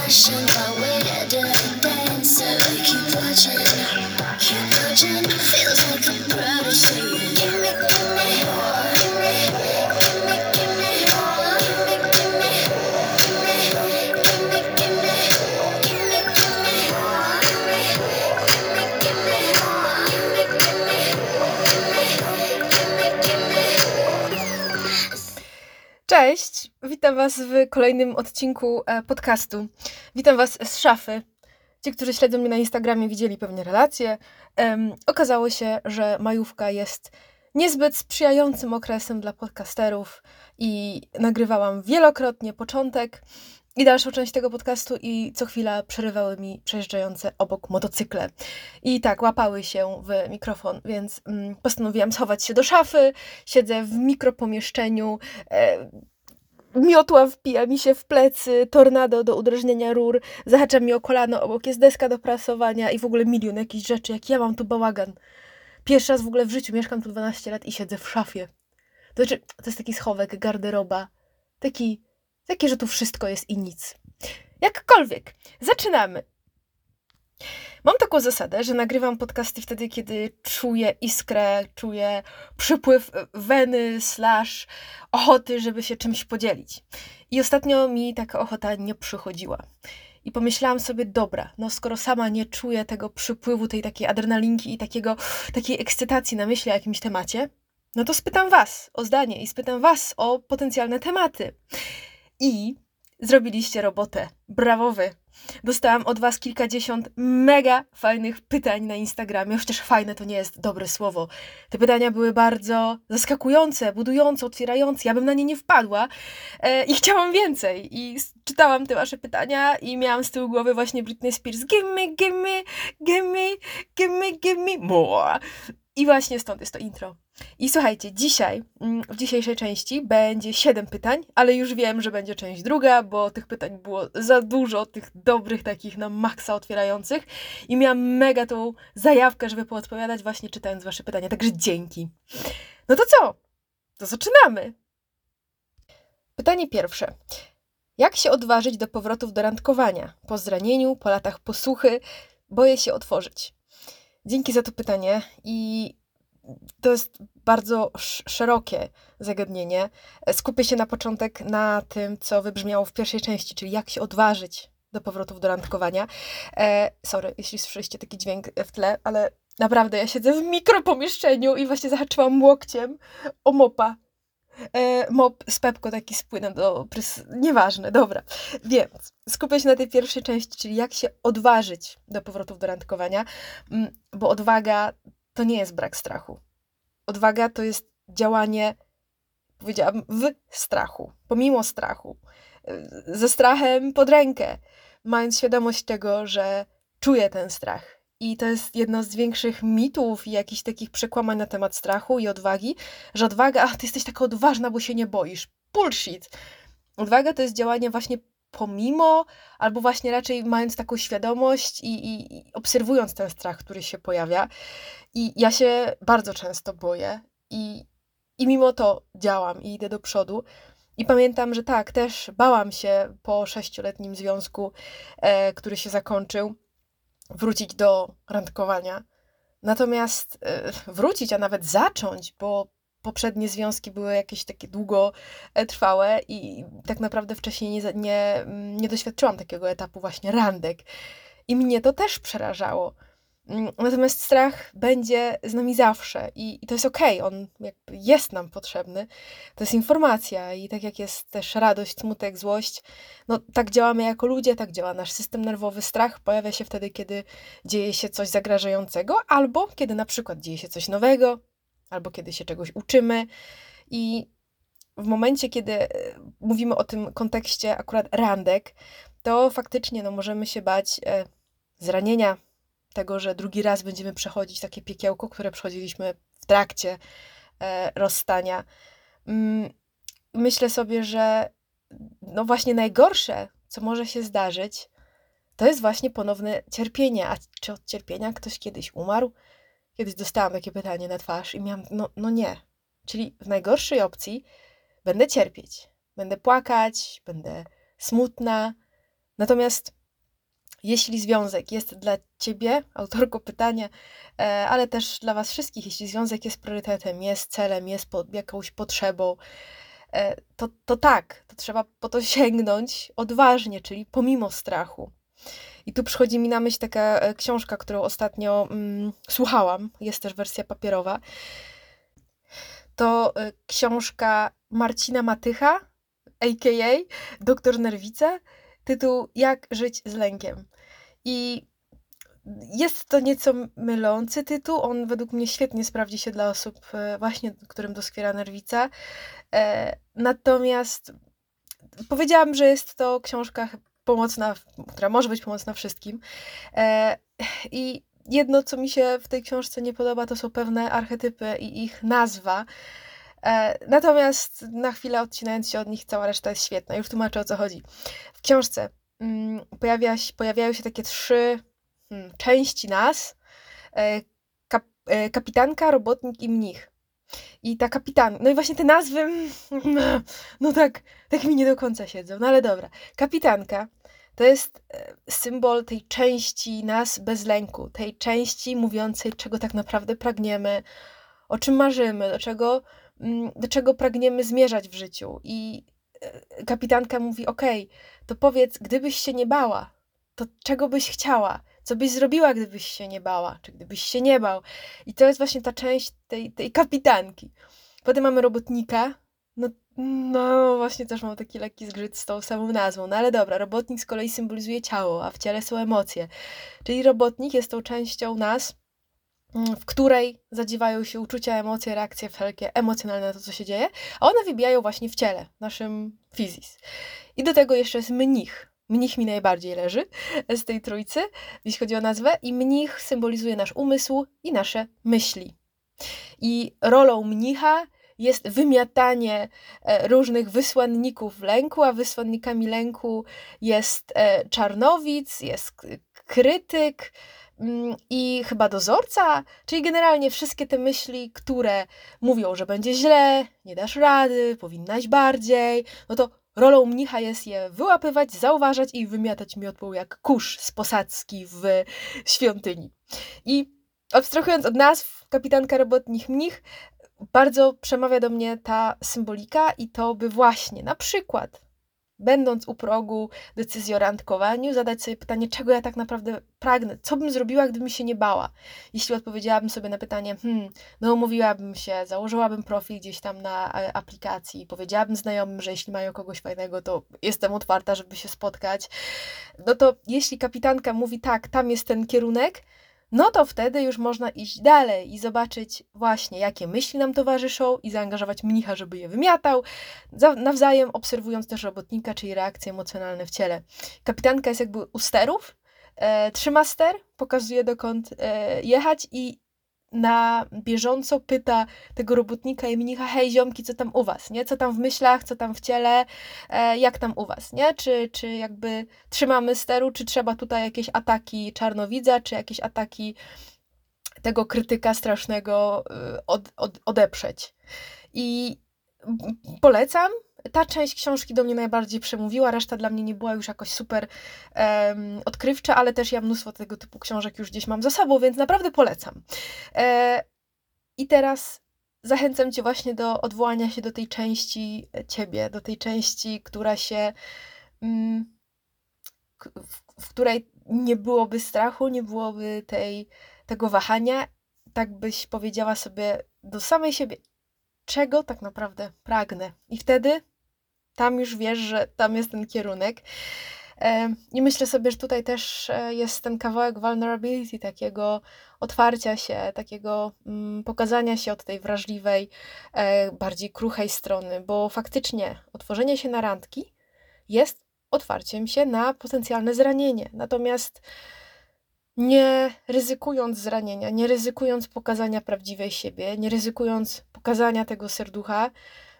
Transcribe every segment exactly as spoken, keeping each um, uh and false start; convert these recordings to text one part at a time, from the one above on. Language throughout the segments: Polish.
pushing my way to dance. Keep watching, keep watching. Feels like I'm proud to say it. Give me, give me more. Give me, give me, give me more. Give me, give me, give me, give me, give me, give me, give me more. Give me, give me, give me more. Give me, give me, give me, give me, give me. Cześć, witam Was w kolejnym odcinku e, podcastu. Witam Was z szafy. Ci, którzy śledzą mnie na Instagramie, widzieli pewnie relacje. Em, okazało się, że majówka jest niezbyt sprzyjającym okresem dla podcasterów i nagrywałam wielokrotnie początek i dalszą część tego podcastu i co chwila przerywały mi przejeżdżające obok motocykle. I tak, łapały się w mikrofon, więc mm, postanowiłam schować się do szafy. Siedzę w mikropomieszczeniu, e, miotła wpija mi się w plecy, tornado do udrażnienia rur, zahacza mi o kolano, obok jest deska do prasowania i w ogóle milion jakichś rzeczy, jak ja mam tu bałagan. Pierwszy raz w ogóle w życiu, mieszkam tu dwanaście lat i siedzę w szafie. To znaczy, to jest taki schowek, garderoba, taki, taki, że tu wszystko jest i nic. Jakkolwiek, zaczynamy. Mam taką zasadę, że nagrywam podcasty wtedy, kiedy czuję iskrę, czuję przypływ weny slash ochoty, żeby się czymś podzielić. I ostatnio mi taka ochota nie przychodziła. I pomyślałam sobie, dobra, no skoro sama nie czuję tego przypływu, tej takiej adrenalinki i takiego, takiej ekscytacji na myśli o jakimś temacie, no to spytam Was o zdanie i spytam Was o potencjalne tematy. I zrobiliście robotę. Brawo wy. Dostałam od Was kilkadziesiąt mega fajnych pytań na Instagramie. Chociaż fajne to nie jest dobre słowo. Te pytania były bardzo zaskakujące, budujące, otwierające. Ja bym na nie nie wpadła e, i chciałam więcej. I czytałam te Wasze pytania i miałam z tyłu głowy właśnie Britney Spears. Give me, give me, give me, give me, give me more. I właśnie stąd jest to intro. I słuchajcie, dzisiaj, w dzisiejszej części będzie siedem pytań, ale już wiem, że będzie część druga, bo tych pytań było za dużo, tych dobrych, takich na maksa otwierających i miałam mega tą zajawkę, żeby poodpowiadać właśnie czytając Wasze pytania, także dzięki. No to co? To zaczynamy! Pytanie pierwsze. Jak się odważyć do powrotów do randkowania? Po zranieniu, po latach posłuchy, boję się otworzyć. Dzięki za to pytanie i to jest bardzo sz- szerokie zagadnienie. Skupię się na początek na tym, co wybrzmiało w pierwszej części, czyli jak się odważyć do powrotów do randkowania. E, sorry, jeśli słyszeliście taki dźwięk w tle, ale naprawdę ja siedzę w mikropomieszczeniu i właśnie zahaczyłam łokciem o mopa. E, mop z Pepko taki z płynem do prys... Nieważne, dobra. Więc skupię się na tej pierwszej części, czyli jak się odważyć do powrotów do randkowania, bo odwaga to nie jest brak strachu. Odwaga to jest działanie, powiedziałam, w strachu, pomimo strachu. Ze strachem pod rękę, mając świadomość tego, że czuję ten strach. I to jest jedno z większych mitów i jakichś takich przekłamań na temat strachu i odwagi, że odwaga, a ty jesteś taka odważna, bo się nie boisz. Bullshit! Odwaga to jest działanie właśnie pomimo, albo właśnie raczej mając taką świadomość i, i, i obserwując ten strach, który się pojawia. I ja się bardzo często boję i, i mimo to działam i idę do przodu. I pamiętam, że tak, też bałam się po sześcioletnim związku, e, który się zakończył, wrócić do randkowania. Natomiast e, wrócić, a nawet zacząć, bo poprzednie związki były jakieś takie długotrwałe i tak naprawdę wcześniej nie, nie, nie doświadczyłam takiego etapu właśnie randek. I mnie to też przerażało. Natomiast strach będzie z nami zawsze i, i to jest okej, okay. On jakby jest nam potrzebny. To jest informacja i tak jak jest też radość, smutek, złość, no tak działamy jako ludzie, tak działa nasz system nerwowy. Strach pojawia się wtedy, kiedy dzieje się coś zagrażającego albo kiedy na przykład dzieje się coś nowego, albo kiedy się czegoś uczymy i w momencie, kiedy mówimy o tym kontekście akurat randek, to faktycznie no, możemy się bać e, zranienia, tego, że drugi raz będziemy przechodzić takie piekiełko, które przechodziliśmy w trakcie e, rozstania. Mm, myślę sobie, że no właśnie najgorsze, co może się zdarzyć, to jest właśnie ponowne cierpienie. A czy od cierpienia ktoś kiedyś umarł? Kiedyś dostałam takie pytanie na twarz i miałam, no, no nie. Czyli w najgorszej opcji będę cierpieć. Będę płakać, będę smutna, Natomiast jeśli związek jest dla ciebie, autorko pytania, e, ale też dla was wszystkich, jeśli związek jest priorytetem, jest celem, jest po, jakąś potrzebą, e, to, to tak, to trzeba po to sięgnąć odważnie, czyli pomimo strachu. I tu przychodzi mi na myśl taka e, książka, którą ostatnio mm, słuchałam, jest też wersja papierowa. To e, książka Marcina Matycha, a k a. Doktor Nerwica, tytuł Jak żyć z lękiem. I jest to nieco mylący tytuł, on według mnie świetnie sprawdzi się dla osób e, właśnie, którym doskwiera nerwica. E, natomiast powiedziałam, że jest to książka pomocna, która może być pomocna wszystkim. E, I jedno, co mi się w tej książce nie podoba, to są pewne archetypy i ich nazwa. E, natomiast na chwilę odcinając się od nich, cała reszta jest świetna. Już tłumaczę, o co chodzi. W książce mm, pojawia się, pojawiają się takie trzy hmm, części nas. E, kap, e, kapitanka, robotnik i mnich. I ta kapitan... No i właśnie te nazwy... No tak, tak mi nie do końca siedzą. No ale dobra. Kapitanka to jest e, symbol tej części nas bez lęku. Tej części mówiącej, czego tak naprawdę pragniemy, o czym marzymy, do czego, mm, do czego pragniemy zmierzać w życiu. I e, kapitanka mówi, okej, to powiedz, gdybyś się nie bała, to czego byś chciała? Co byś zrobiła, gdybyś się nie bała? Czy gdybyś się nie bał? I to jest właśnie ta część tej, tej kapitanki. Potem mamy robotnika. No, no właśnie też mam taki lekki zgrzyt z tą samą nazwą. No ale dobra, robotnik z kolei symbolizuje ciało, a w ciele są emocje. Czyli robotnik jest tą częścią nas, w której zadziewają się uczucia, emocje, reakcje wszelkie emocjonalne na to, co się dzieje, a one wybijają właśnie w ciele, naszym fizis. I do tego jeszcze jest mnich. Mnich mi najbardziej leży z tej trójcy, jeśli chodzi o nazwę. I mnich symbolizuje nasz umysł i nasze myśli. I rolą mnicha jest wymiatanie różnych wysłanników lęku, a wysłannikami lęku jest czarnowic, jest krytyk i chyba dozorca, czyli generalnie wszystkie te myśli, które mówią, że będzie źle, nie dasz rady, powinnaś bardziej, no to rolą mnicha jest je wyłapywać, zauważać i wymiatać miotłą jak kurz z posadzki w świątyni. I abstrahując od nazw, kapitanka, robotnik, mnich, bardzo przemawia do mnie ta symbolika i to by właśnie na przykład, będąc u progu decyzji o randkowaniu, zadać sobie pytanie, czego ja tak naprawdę pragnę, co bym zrobiła, gdybym się nie bała. Jeśli odpowiedziałabym sobie na pytanie, hmm, no umówiłabym się, założyłabym profil gdzieś tam na aplikacji, powiedziałabym znajomym, że jeśli mają kogoś fajnego, to jestem otwarta, żeby się spotkać, no to jeśli kapitanka mówi tak, tam jest ten kierunek, no to wtedy już można iść dalej i zobaczyć właśnie, jakie myśli nam towarzyszą i zaangażować mnicha, żeby je wymiatał, nawzajem obserwując też robotnika, czyli reakcje emocjonalne w ciele. Kapitanka jest jakby u sterów, e, trzyma ster, pokazuje dokąd e, jechać i na bieżąco pyta tego robotnika i mnicha, hej ziomki, co tam u was, nie? Co tam w myślach, co tam w ciele, e, jak tam u was, nie? Czy, czy jakby trzymamy steru, czy trzeba tutaj jakieś ataki czarnowidza, czy jakieś ataki tego krytyka strasznego y, od, od, odeprzeć. I polecam. Ta część książki do mnie najbardziej przemówiła, reszta dla mnie nie była już jakoś super um, odkrywcza, ale też ja mnóstwo tego typu książek już gdzieś mam za sobą, więc naprawdę polecam. E, I teraz zachęcam Cię właśnie do odwołania się do tej części Ciebie, do tej części, która się, mm, w, w której nie byłoby strachu, nie byłoby tej, tego wahania, tak byś powiedziała sobie do samej siebie, czego tak naprawdę pragnę. I wtedy tam już wiesz, że tam jest ten kierunek. I myślę sobie, że tutaj też jest ten kawałek vulnerability, takiego otwarcia się, takiego mm, pokazania się od tej wrażliwej, e, bardziej kruchej strony, bo faktycznie otworzenie się na randki jest otwarciem się na potencjalne zranienie. Natomiast nie ryzykując zranienia, nie ryzykując pokazania prawdziwej siebie, nie ryzykując pokazania tego serducha,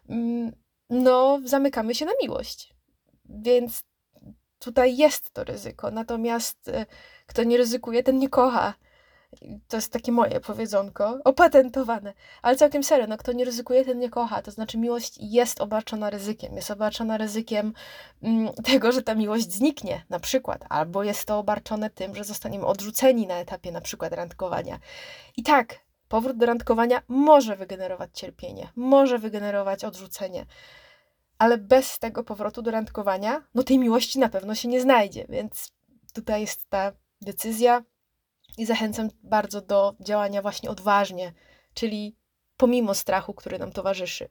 no zamykamy się na miłość. Więc tutaj jest to ryzyko. Natomiast kto nie ryzykuje, ten nie kocha. To jest takie moje powiedzonko, opatentowane. Ale całkiem serio, no kto nie ryzykuje, ten nie kocha. To znaczy miłość jest obarczona ryzykiem. Jest obarczona ryzykiem mm, tego, że ta miłość zniknie na przykład. Albo jest to obarczone tym, że zostaniemy odrzuceni na etapie na przykład randkowania. I tak, powrót do randkowania może wygenerować cierpienie, może wygenerować odrzucenie. Ale bez tego powrotu do randkowania, no tej miłości na pewno się nie znajdzie. Więc tutaj jest ta decyzja. I zachęcam bardzo do działania właśnie odważnie, czyli pomimo strachu, który nam towarzyszy.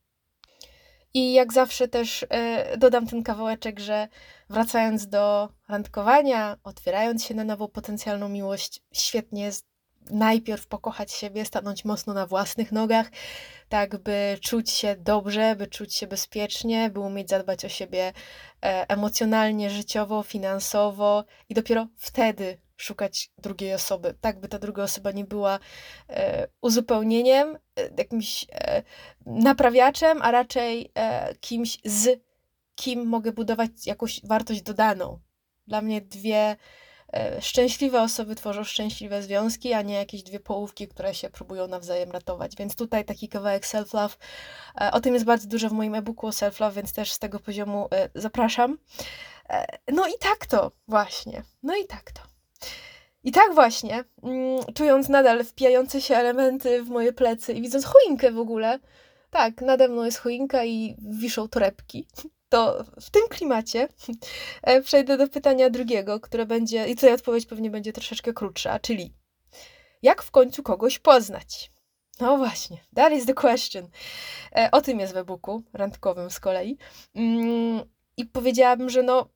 I jak zawsze też e, dodam ten kawałeczek, że wracając do randkowania, otwierając się na nową potencjalną miłość, świetnie jest najpierw pokochać siebie, stanąć mocno na własnych nogach, tak by czuć się dobrze, by czuć się bezpiecznie, by umieć zadbać o siebie e, emocjonalnie, życiowo, finansowo i dopiero wtedy szukać drugiej osoby, tak by ta druga osoba nie była e, uzupełnieniem, e, jakimś e, naprawiaczem, a raczej e, kimś, z kim mogę budować jakąś wartość dodaną. Dla mnie dwie e, szczęśliwe osoby tworzą szczęśliwe związki, a nie jakieś dwie połówki, które się próbują nawzajem ratować. Więc tutaj taki kawałek self-love. E, o tym jest bardzo dużo w moim e-booku o self-love, więc też z tego poziomu e, zapraszam. E, no i tak to właśnie. No i tak to. I tak właśnie, mm, czując nadal wpijające się elementy w moje plecy i widząc choinkę w ogóle, tak, nade mną jest choinka i wiszą torebki, to w tym klimacie e, przejdę do pytania drugiego, które będzie, i tutaj odpowiedź pewnie będzie troszeczkę krótsza, czyli jak w końcu kogoś poznać? No właśnie, that is the question. E, o tym jest w e-booku randkowym z kolei. Mm, I powiedziałabym, że no,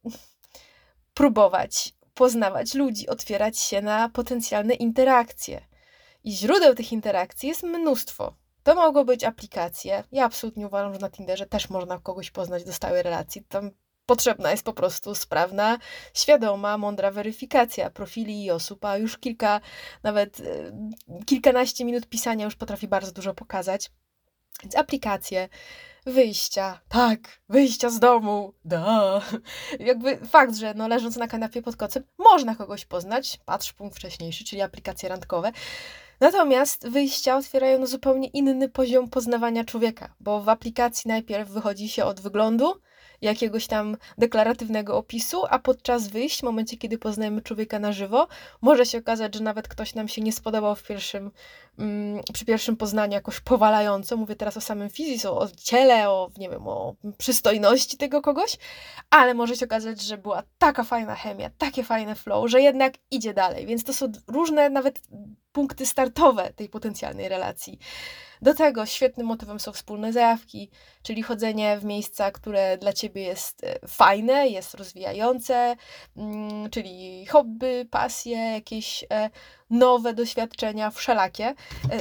próbować poznawać ludzi, otwierać się na potencjalne interakcje. I źródeł tych interakcji jest mnóstwo. To mogą być aplikacje. Ja absolutnie uważam, że na Tinderze też można kogoś poznać do stałej relacji. Tam potrzebna jest po prostu sprawna, świadoma, mądra weryfikacja profili i osób, a już kilka, nawet y, kilkanaście minut pisania już potrafi bardzo dużo pokazać. Więc aplikacje, wyjścia, tak, wyjścia z domu, da. Jakby fakt, że no, leżąc na kanapie pod kocem można kogoś poznać, patrz punkt wcześniejszy, czyli aplikacje randkowe. Natomiast wyjścia otwierają no, zupełnie inny poziom poznawania człowieka, bo w aplikacji najpierw wychodzi się od wyglądu, jakiegoś tam deklaratywnego opisu, a podczas wyjść, w momencie, kiedy poznajemy człowieka na żywo, może się okazać, że nawet ktoś nam się nie spodobał w pierwszym, mm, przy pierwszym poznaniu jakoś powalająco. Mówię teraz o samym fizyce, o ciele, o, nie wiem, o przystojności tego kogoś, ale może się okazać, że była taka fajna chemia, takie fajne flow, że jednak idzie dalej. Więc to są różne nawet punkty startowe tej potencjalnej relacji. Do tego świetnym motywem są wspólne zajawki, czyli chodzenie w miejsca, które dla ciebie jest fajne, jest rozwijające, czyli hobby, pasje, jakieś nowe doświadczenia, wszelakie.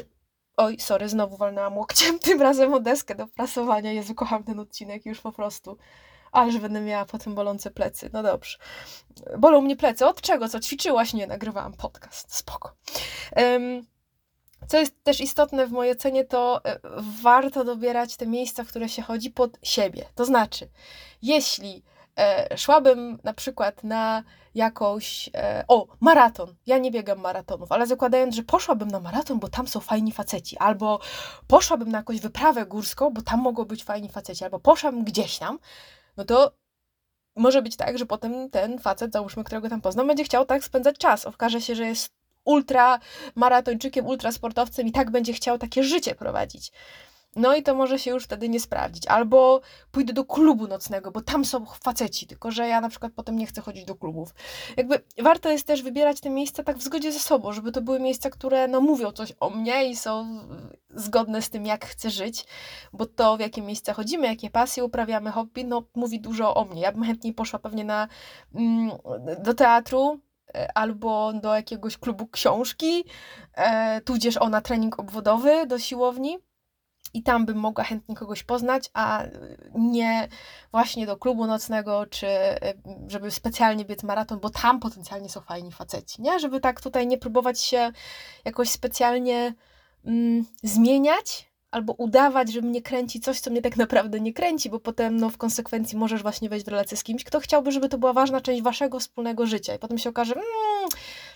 Oj, sorry, znowu walnęłam łokciem, tym razem o deskę do prasowania. Jezu, kocham ten odcinek już po prostu. Ależ będę miała potem bolące plecy. No dobrze. Bolą mnie plecy. Od czego? Co? Ćwiczyłaś? Nie, nagrywałam podcast. Spoko. Um, Co jest też istotne w mojej ocenie, to warto dobierać te miejsca, w które się chodzi pod siebie. To znaczy, jeśli e, szłabym na przykład na jakąś, e, o, maraton. Ja nie biegam maratonów, ale zakładając, że poszłabym na maraton, bo tam są fajni faceci, albo poszłabym na jakąś wyprawę górską, bo tam mogą być fajni faceci, albo poszłabym gdzieś tam, no to może być tak, że potem ten facet, załóżmy, którego tam poznam, będzie chciał tak spędzać czas. Okaże się, że jest ultra maratończykiem, ultra sportowcem i tak będzie chciał takie życie prowadzić. No i to może się już wtedy nie sprawdzić. Albo pójdę do klubu nocnego, bo tam są faceci, tylko że ja na przykład potem nie chcę chodzić do klubów. Jakby warto jest też wybierać te miejsca tak w zgodzie ze sobą, żeby to były miejsca, które no mówią coś o mnie i są zgodne z tym, jak chcę żyć, bo to, w jakie miejsca chodzimy, jakie pasje uprawiamy, hobby, no mówi dużo o mnie. Ja bym chętniej poszła pewnie na, mm, do teatru, albo do jakiegoś klubu książki, e, tudzież o na trening obwodowy do siłowni i tam bym mogła chętnie kogoś poznać, a nie właśnie do klubu nocnego, czy żeby specjalnie biec maraton, bo tam potencjalnie są fajni faceci, nie? Żeby tak tutaj nie próbować się jakoś specjalnie mm, zmieniać, albo udawać, że mnie kręci coś, co mnie tak naprawdę nie kręci, bo potem no, w konsekwencji możesz właśnie wejść w relację z kimś, kto chciałby, żeby to była ważna część waszego wspólnego życia i potem się okaże, mm,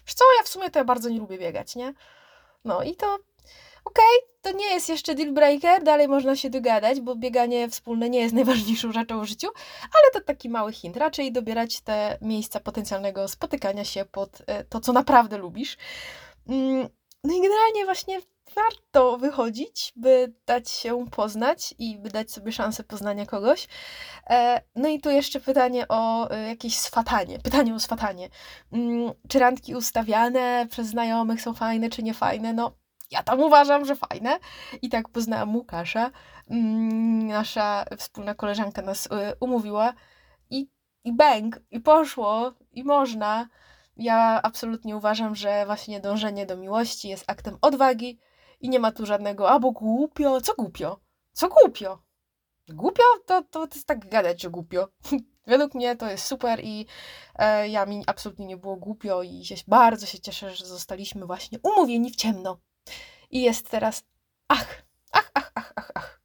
Wiesz co, ja w sumie to ja bardzo nie lubię biegać, nie? No i to okej, okay, to nie jest jeszcze deal breaker, dalej można się dogadać, bo bieganie wspólne nie jest najważniejszą rzeczą w życiu, ale to taki mały hint, raczej dobierać te miejsca potencjalnego spotykania się pod to, co naprawdę lubisz. No i generalnie właśnie warto wychodzić, by dać się poznać i by dać sobie szansę poznania kogoś. No i tu jeszcze pytanie o jakieś swatanie. Pytanie o swatanie. Czy randki ustawiane przez znajomych są fajne, czy nie fajne? No, ja tam uważam, że fajne. I tak poznałam Łukasza. Nasza wspólna koleżanka nas umówiła i, i bang, i poszło, i można. Ja absolutnie uważam, że właśnie dążenie do miłości jest aktem odwagi i nie ma tu żadnego, albo głupio, co głupio? Co głupio? Głupio? To, to, to jest tak gadać, że głupio. Według mnie to jest super i e, ja mi absolutnie nie było głupio i się, bardzo się cieszę, że zostaliśmy właśnie umówieni w ciemno. I jest teraz ach, ach, ach, ach, ach, ach.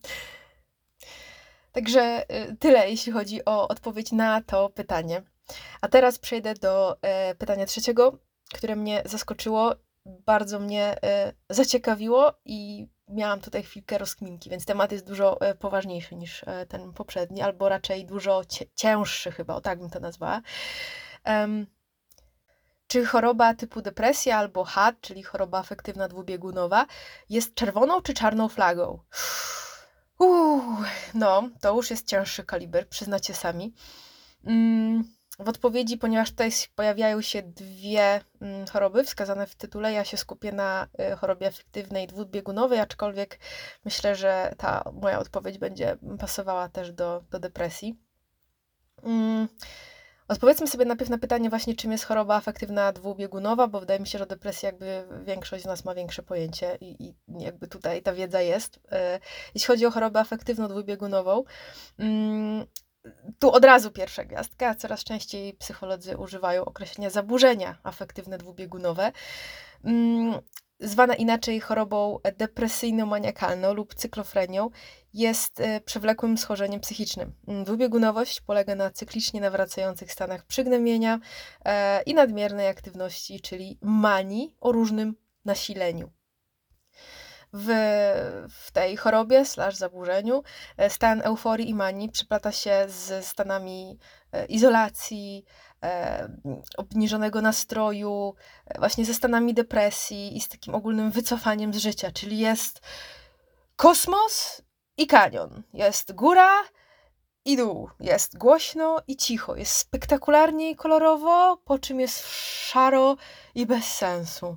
Także y, tyle, jeśli chodzi o odpowiedź na to pytanie. A teraz przejdę do e, pytania trzeciego, które mnie zaskoczyło, bardzo mnie e, zaciekawiło i miałam tutaj chwilkę rozkminki, więc temat jest dużo e, poważniejszy niż e, ten poprzedni, albo raczej dużo cie- cięższy chyba, o tak bym to nazwała. Um, czy choroba typu depresja albo H A D, czyli choroba afektywna dwubiegunowa, jest czerwoną czy czarną flagą? Uuu, no, to już jest cięższy kaliber, przyznacie sami. Mm, w odpowiedzi, ponieważ tutaj pojawiają się dwie mm, choroby wskazane w tytule, ja się skupię na y, chorobie afektywnej dwubiegunowej, aczkolwiek myślę, że ta moja odpowiedź będzie pasowała też do, do depresji. Mm, Odpowiedzmy sobie najpierw na pytanie właśnie, czym jest choroba afektywna dwubiegunowa, bo wydaje mi się, że depresja jakby większość z nas ma większe pojęcie i, i jakby tutaj ta wiedza jest. Jeśli chodzi o chorobę afektywną dwubiegunową, tu od razu pierwsza gwiazdka, coraz częściej psycholodzy używają określenia zaburzenia afektywne dwubiegunowe, zwana inaczej chorobą depresyjno-maniakalną lub cyklofrenią, jest przewlekłym schorzeniem psychicznym. Dwubiegunowość polega na cyklicznie nawracających stanach przygnębienia i nadmiernej aktywności, czyli manii o różnym nasileniu. W, w tej chorobie slash zaburzeniu stan euforii i manii przyplata się z stanami izolacji, obniżonego nastroju, właśnie ze stanami depresji i z takim ogólnym wycofaniem z życia, czyli jest kosmos i kanion, jest góra i dół, jest głośno i cicho, jest spektakularnie i kolorowo, po czym jest szaro i bez sensu.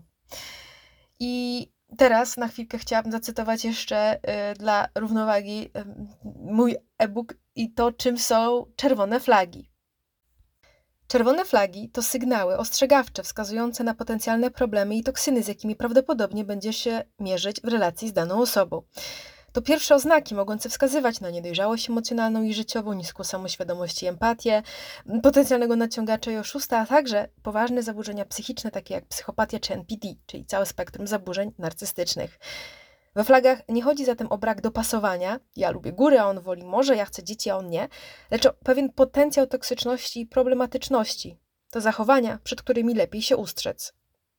I teraz na chwilkę chciałabym zacytować jeszcze y, dla równowagi y, mój e-book i to, czym są czerwone flagi. Czerwone flagi to sygnały ostrzegawcze wskazujące na potencjalne problemy i toksyny, z jakimi prawdopodobnie będziesz się mierzyć w relacji z daną osobą. To pierwsze oznaki mogące wskazywać na niedojrzałość emocjonalną i życiową, niską samoświadomość i empatię, potencjalnego naciągacza i oszusta, a także poważne zaburzenia psychiczne, takie jak psychopatia czy N P D, czyli całe spektrum zaburzeń narcystycznych. We flagach nie chodzi zatem o brak dopasowania, ja lubię góry, a on woli morze, ja chcę dzieci, a on nie, lecz o pewien potencjał toksyczności i problematyczności. To zachowania, przed którymi lepiej się ustrzec.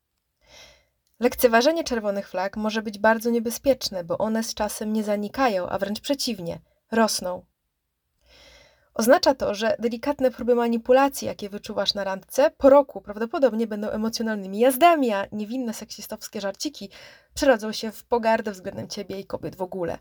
Lekceważenie czerwonych flag może być bardzo niebezpieczne, bo one z czasem nie zanikają, a wręcz przeciwnie, rosną. Oznacza to, że delikatne próby manipulacji, jakie wyczuwasz na randce, po roku prawdopodobnie będą emocjonalnymi jazdami, a niewinne seksistowskie żarciki przerodzą się w pogardę względem ciebie i kobiet w ogóle.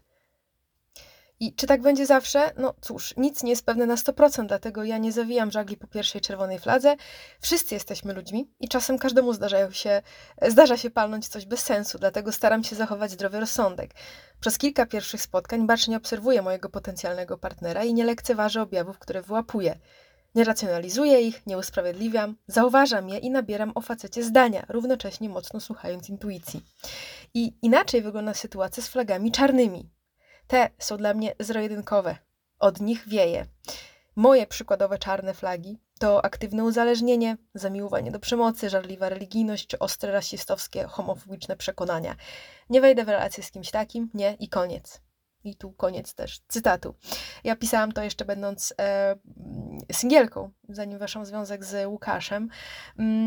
I czy tak będzie zawsze? No cóż, nic nie jest pewne na sto procent, dlatego ja nie zawijam żagli po pierwszej czerwonej fladze. Wszyscy jesteśmy ludźmi i czasem każdemu zdarzają się, zdarza się palnąć coś bez sensu, dlatego staram się zachować zdrowy rozsądek. Przez kilka pierwszych spotkań bacznie obserwuję mojego potencjalnego partnera i nie lekceważę objawów, które wyłapuję. Nie racjonalizuję ich, nie usprawiedliwiam, zauważam je i nabieram o facecie zdania, równocześnie mocno słuchając intuicji. I inaczej wygląda sytuacja z flagami czarnymi. Te są dla mnie zero-jedynkowe. Od nich wieje. Moje przykładowe czarne flagi to aktywne uzależnienie, zamiłowanie do przemocy, żarliwa religijność czy ostre rasistowskie, homofobiczne przekonania. Nie wejdę w relację z kimś takim, nie i koniec. I tu koniec też cytatu. Ja pisałam to jeszcze będąc e, singielką, zanim weszłam w związek z Łukaszem. Mm,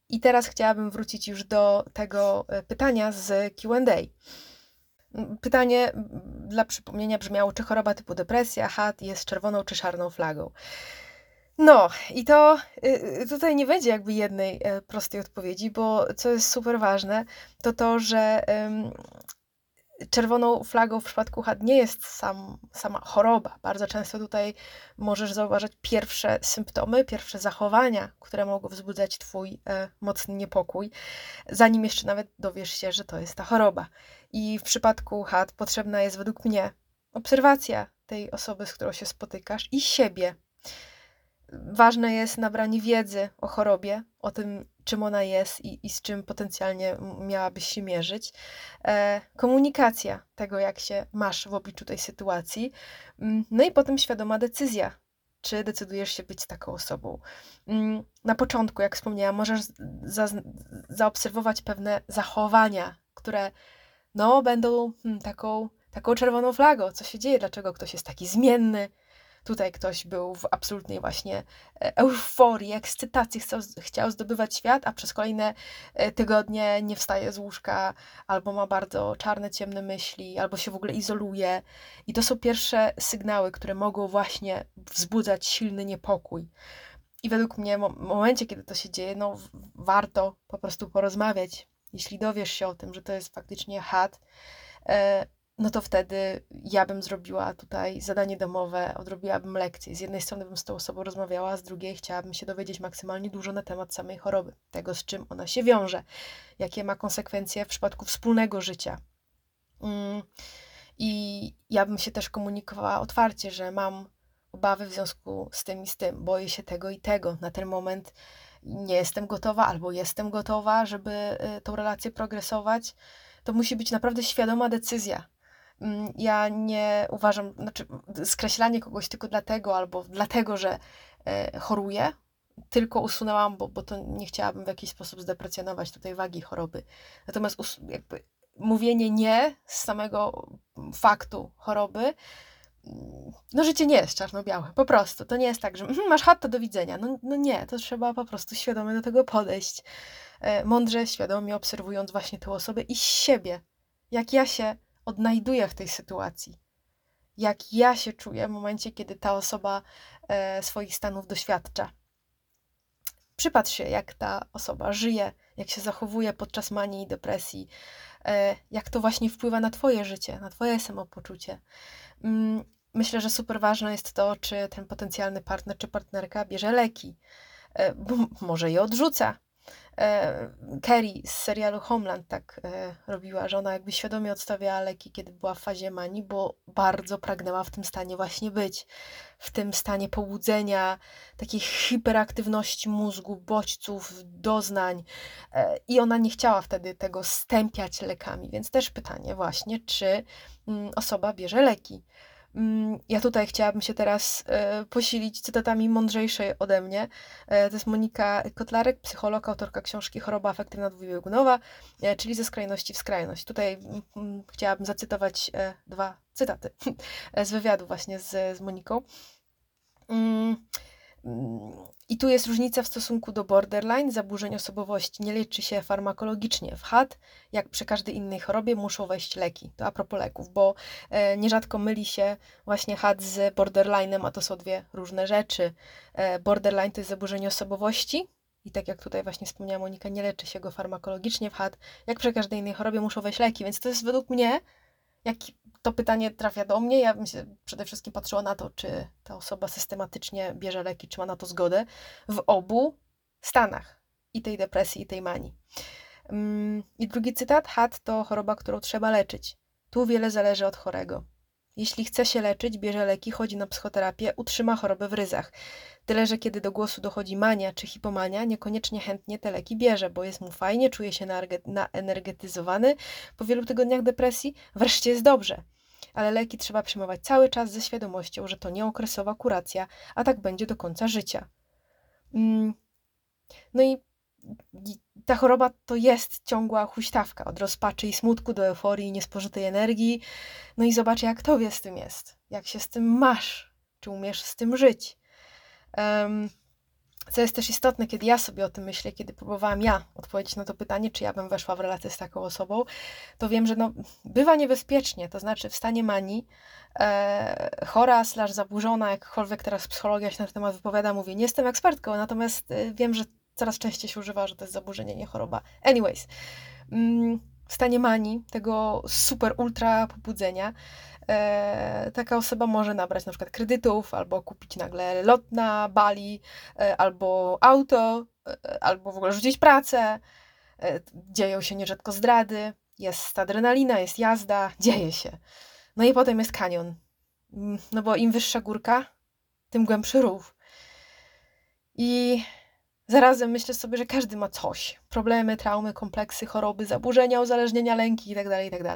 I teraz chciałabym wrócić już do tego pytania z Q and A. Pytanie dla przypomnienia brzmiało, czy choroba typu depresja, H A D jest czerwoną czy czarną flagą. No i to tutaj nie będzie jakby jednej prostej odpowiedzi, bo co jest super ważne, to to, że czerwoną flagą w przypadku H A D nie jest sam, sama choroba. Bardzo często tutaj możesz zauważyć pierwsze symptomy, pierwsze zachowania, które mogą wzbudzać twój e, mocny niepokój, zanim jeszcze nawet dowiesz się, że to jest ta choroba. I w przypadku H A D potrzebna jest według mnie obserwacja tej osoby, z którą się spotykasz i siebie. Ważne jest nabranie wiedzy o chorobie, o tym, czym ona jest i, i z czym potencjalnie miałabyś się mierzyć. E, komunikacja tego, jak się masz w obliczu tej sytuacji. No i potem świadoma decyzja, czy decydujesz się być taką osobą. Na początku, jak wspomniałam, możesz za, zaobserwować pewne zachowania, które no, będą hmm, taką, taką czerwoną flagą. Co się dzieje? Dlaczego ktoś jest taki zmienny? Tutaj ktoś był w absolutnej właśnie euforii, ekscytacji, chciał, chciał zdobywać świat, a przez kolejne tygodnie nie wstaje z łóżka, albo ma bardzo czarne, ciemne myśli, albo się w ogóle izoluje. I to są pierwsze sygnały, które mogą właśnie wzbudzać silny niepokój. I według mnie w momencie, kiedy to się dzieje, no warto po prostu porozmawiać. Jeśli dowiesz się o tym, że to jest faktycznie H A D, no to wtedy ja bym zrobiła tutaj zadanie domowe, odrobiłabym lekcję. Z jednej strony bym z tą osobą rozmawiała, a z drugiej chciałabym się dowiedzieć maksymalnie dużo na temat samej choroby, tego, z czym ona się wiąże, jakie ma konsekwencje w przypadku wspólnego życia. I ja bym się też komunikowała otwarcie, że mam obawy w związku z tym i z tym, boję się tego i tego. Na ten moment nie jestem gotowa albo jestem gotowa, żeby tą relację progresować. To musi być naprawdę świadoma decyzja. Ja nie uważam, znaczy skreślanie kogoś tylko dlatego, albo dlatego, że e, choruje, tylko usunęłam, bo, bo to nie chciałabym w jakiś sposób zdeprecjonować tutaj wagi choroby. Natomiast us, jakby mówienie nie z samego faktu choroby, no życie nie jest czarno-białe, po prostu. To nie jest tak, że mm, masz H A D, to do widzenia. No, no nie, to trzeba po prostu świadomie do tego podejść. E, mądrze, świadomie obserwując właśnie tę osobę i siebie. Jak ja się odnajduję w tej sytuacji. Jak ja się czuję w momencie, kiedy ta osoba e, swoich stanów doświadcza. Przypatrz się, jak ta osoba żyje, jak się zachowuje podczas manii i depresji, e, jak to właśnie wpływa na twoje życie, na twoje samopoczucie. Mm, myślę, że super ważne jest to, czy ten potencjalny partner czy partnerka bierze leki, e, bo może je odrzuca. Carrie z serialu Homeland tak e, robiła, że ona jakby świadomie odstawiała leki, kiedy była w fazie manii, bo bardzo pragnęła w tym stanie właśnie być. W tym stanie pobudzenia, takiej hiperaktywności mózgu, bodźców, doznań. E, I ona nie chciała wtedy tego stępiać lekami. Więc też pytanie właśnie, czy mm, osoba bierze leki. Ja tutaj chciałabym się teraz e, posilić cytatami mądrzejszej ode mnie. E, to jest Monika Kotlarek, psycholog, autorka książki Choroba afektywna dwubiegunowa, e, czyli ze skrajności w skrajność. Tutaj m, chciałabym zacytować e, dwa cytaty z wywiadu właśnie z, z Moniką. Mm. I tu jest różnica w stosunku do borderline, zaburzeń osobowości. Nie leczy się farmakologicznie. W H A D, jak przy każdej innej chorobie, muszą wejść leki. To a propos leków, bo e, nierzadko myli się właśnie H A D z borderline'em, a to są dwie różne rzeczy. E, borderline to jest zaburzenie osobowości i tak jak tutaj właśnie wspomniała Monika, nie leczy się go farmakologicznie. W H A D, jak przy każdej innej chorobie, muszą wejść leki, więc to jest według mnie, jak to pytanie trafia do mnie, ja bym się przede wszystkim patrzyła na to, czy ta osoba systematycznie bierze leki, czy ma na to zgodę w obu stanach, i tej depresji, i tej manii. I drugi cytat, H A D to choroba, którą trzeba leczyć. Tu wiele zależy od chorego. Jeśli chce się leczyć, bierze leki, chodzi na psychoterapię, utrzyma chorobę w ryzach. Tyle, że kiedy do głosu dochodzi mania czy hipomania, niekoniecznie chętnie te leki bierze, bo jest mu fajnie, czuje się naenergetyzowany po wielu tygodniach depresji, wreszcie jest dobrze. Ale leki trzeba przyjmować cały czas ze świadomością, że to nie okresowa kuracja, a tak będzie do końca życia. No i ta choroba to jest ciągła huśtawka, od rozpaczy i smutku do euforii i niespożytej energii. No i zobacz, jak tobie z tym jest, jak się z tym masz, czy umiesz z tym żyć. Um, Co jest też istotne, kiedy ja sobie o tym myślę, kiedy próbowałam ja odpowiedzieć na to pytanie, czy ja bym weszła w relację z taką osobą, to wiem, że no, bywa niebezpiecznie, to znaczy w stanie manii, e, chora slash zaburzona, jakkolwiek teraz psychologia się na ten temat wypowiada, mówię, nie jestem ekspertką, natomiast e, wiem, że coraz częściej się używa, że to jest zaburzenie, nie choroba. Anyways, mm, w stanie manii, tego super ultra pobudzenia, e, taka osoba może nabrać na przykład kredytów, albo kupić nagle lot na Bali, e, albo auto, e, albo w ogóle rzucić pracę. E, dzieją się nierzadko zdrady, jest adrenalina, jest jazda, dzieje się. No i potem jest kanion. Mm, No bo im wyższa górka, tym głębszy rów. I zarazem myślę sobie, że każdy ma coś. Problemy, traumy, kompleksy, choroby, zaburzenia, uzależnienia, lęki itd., itd.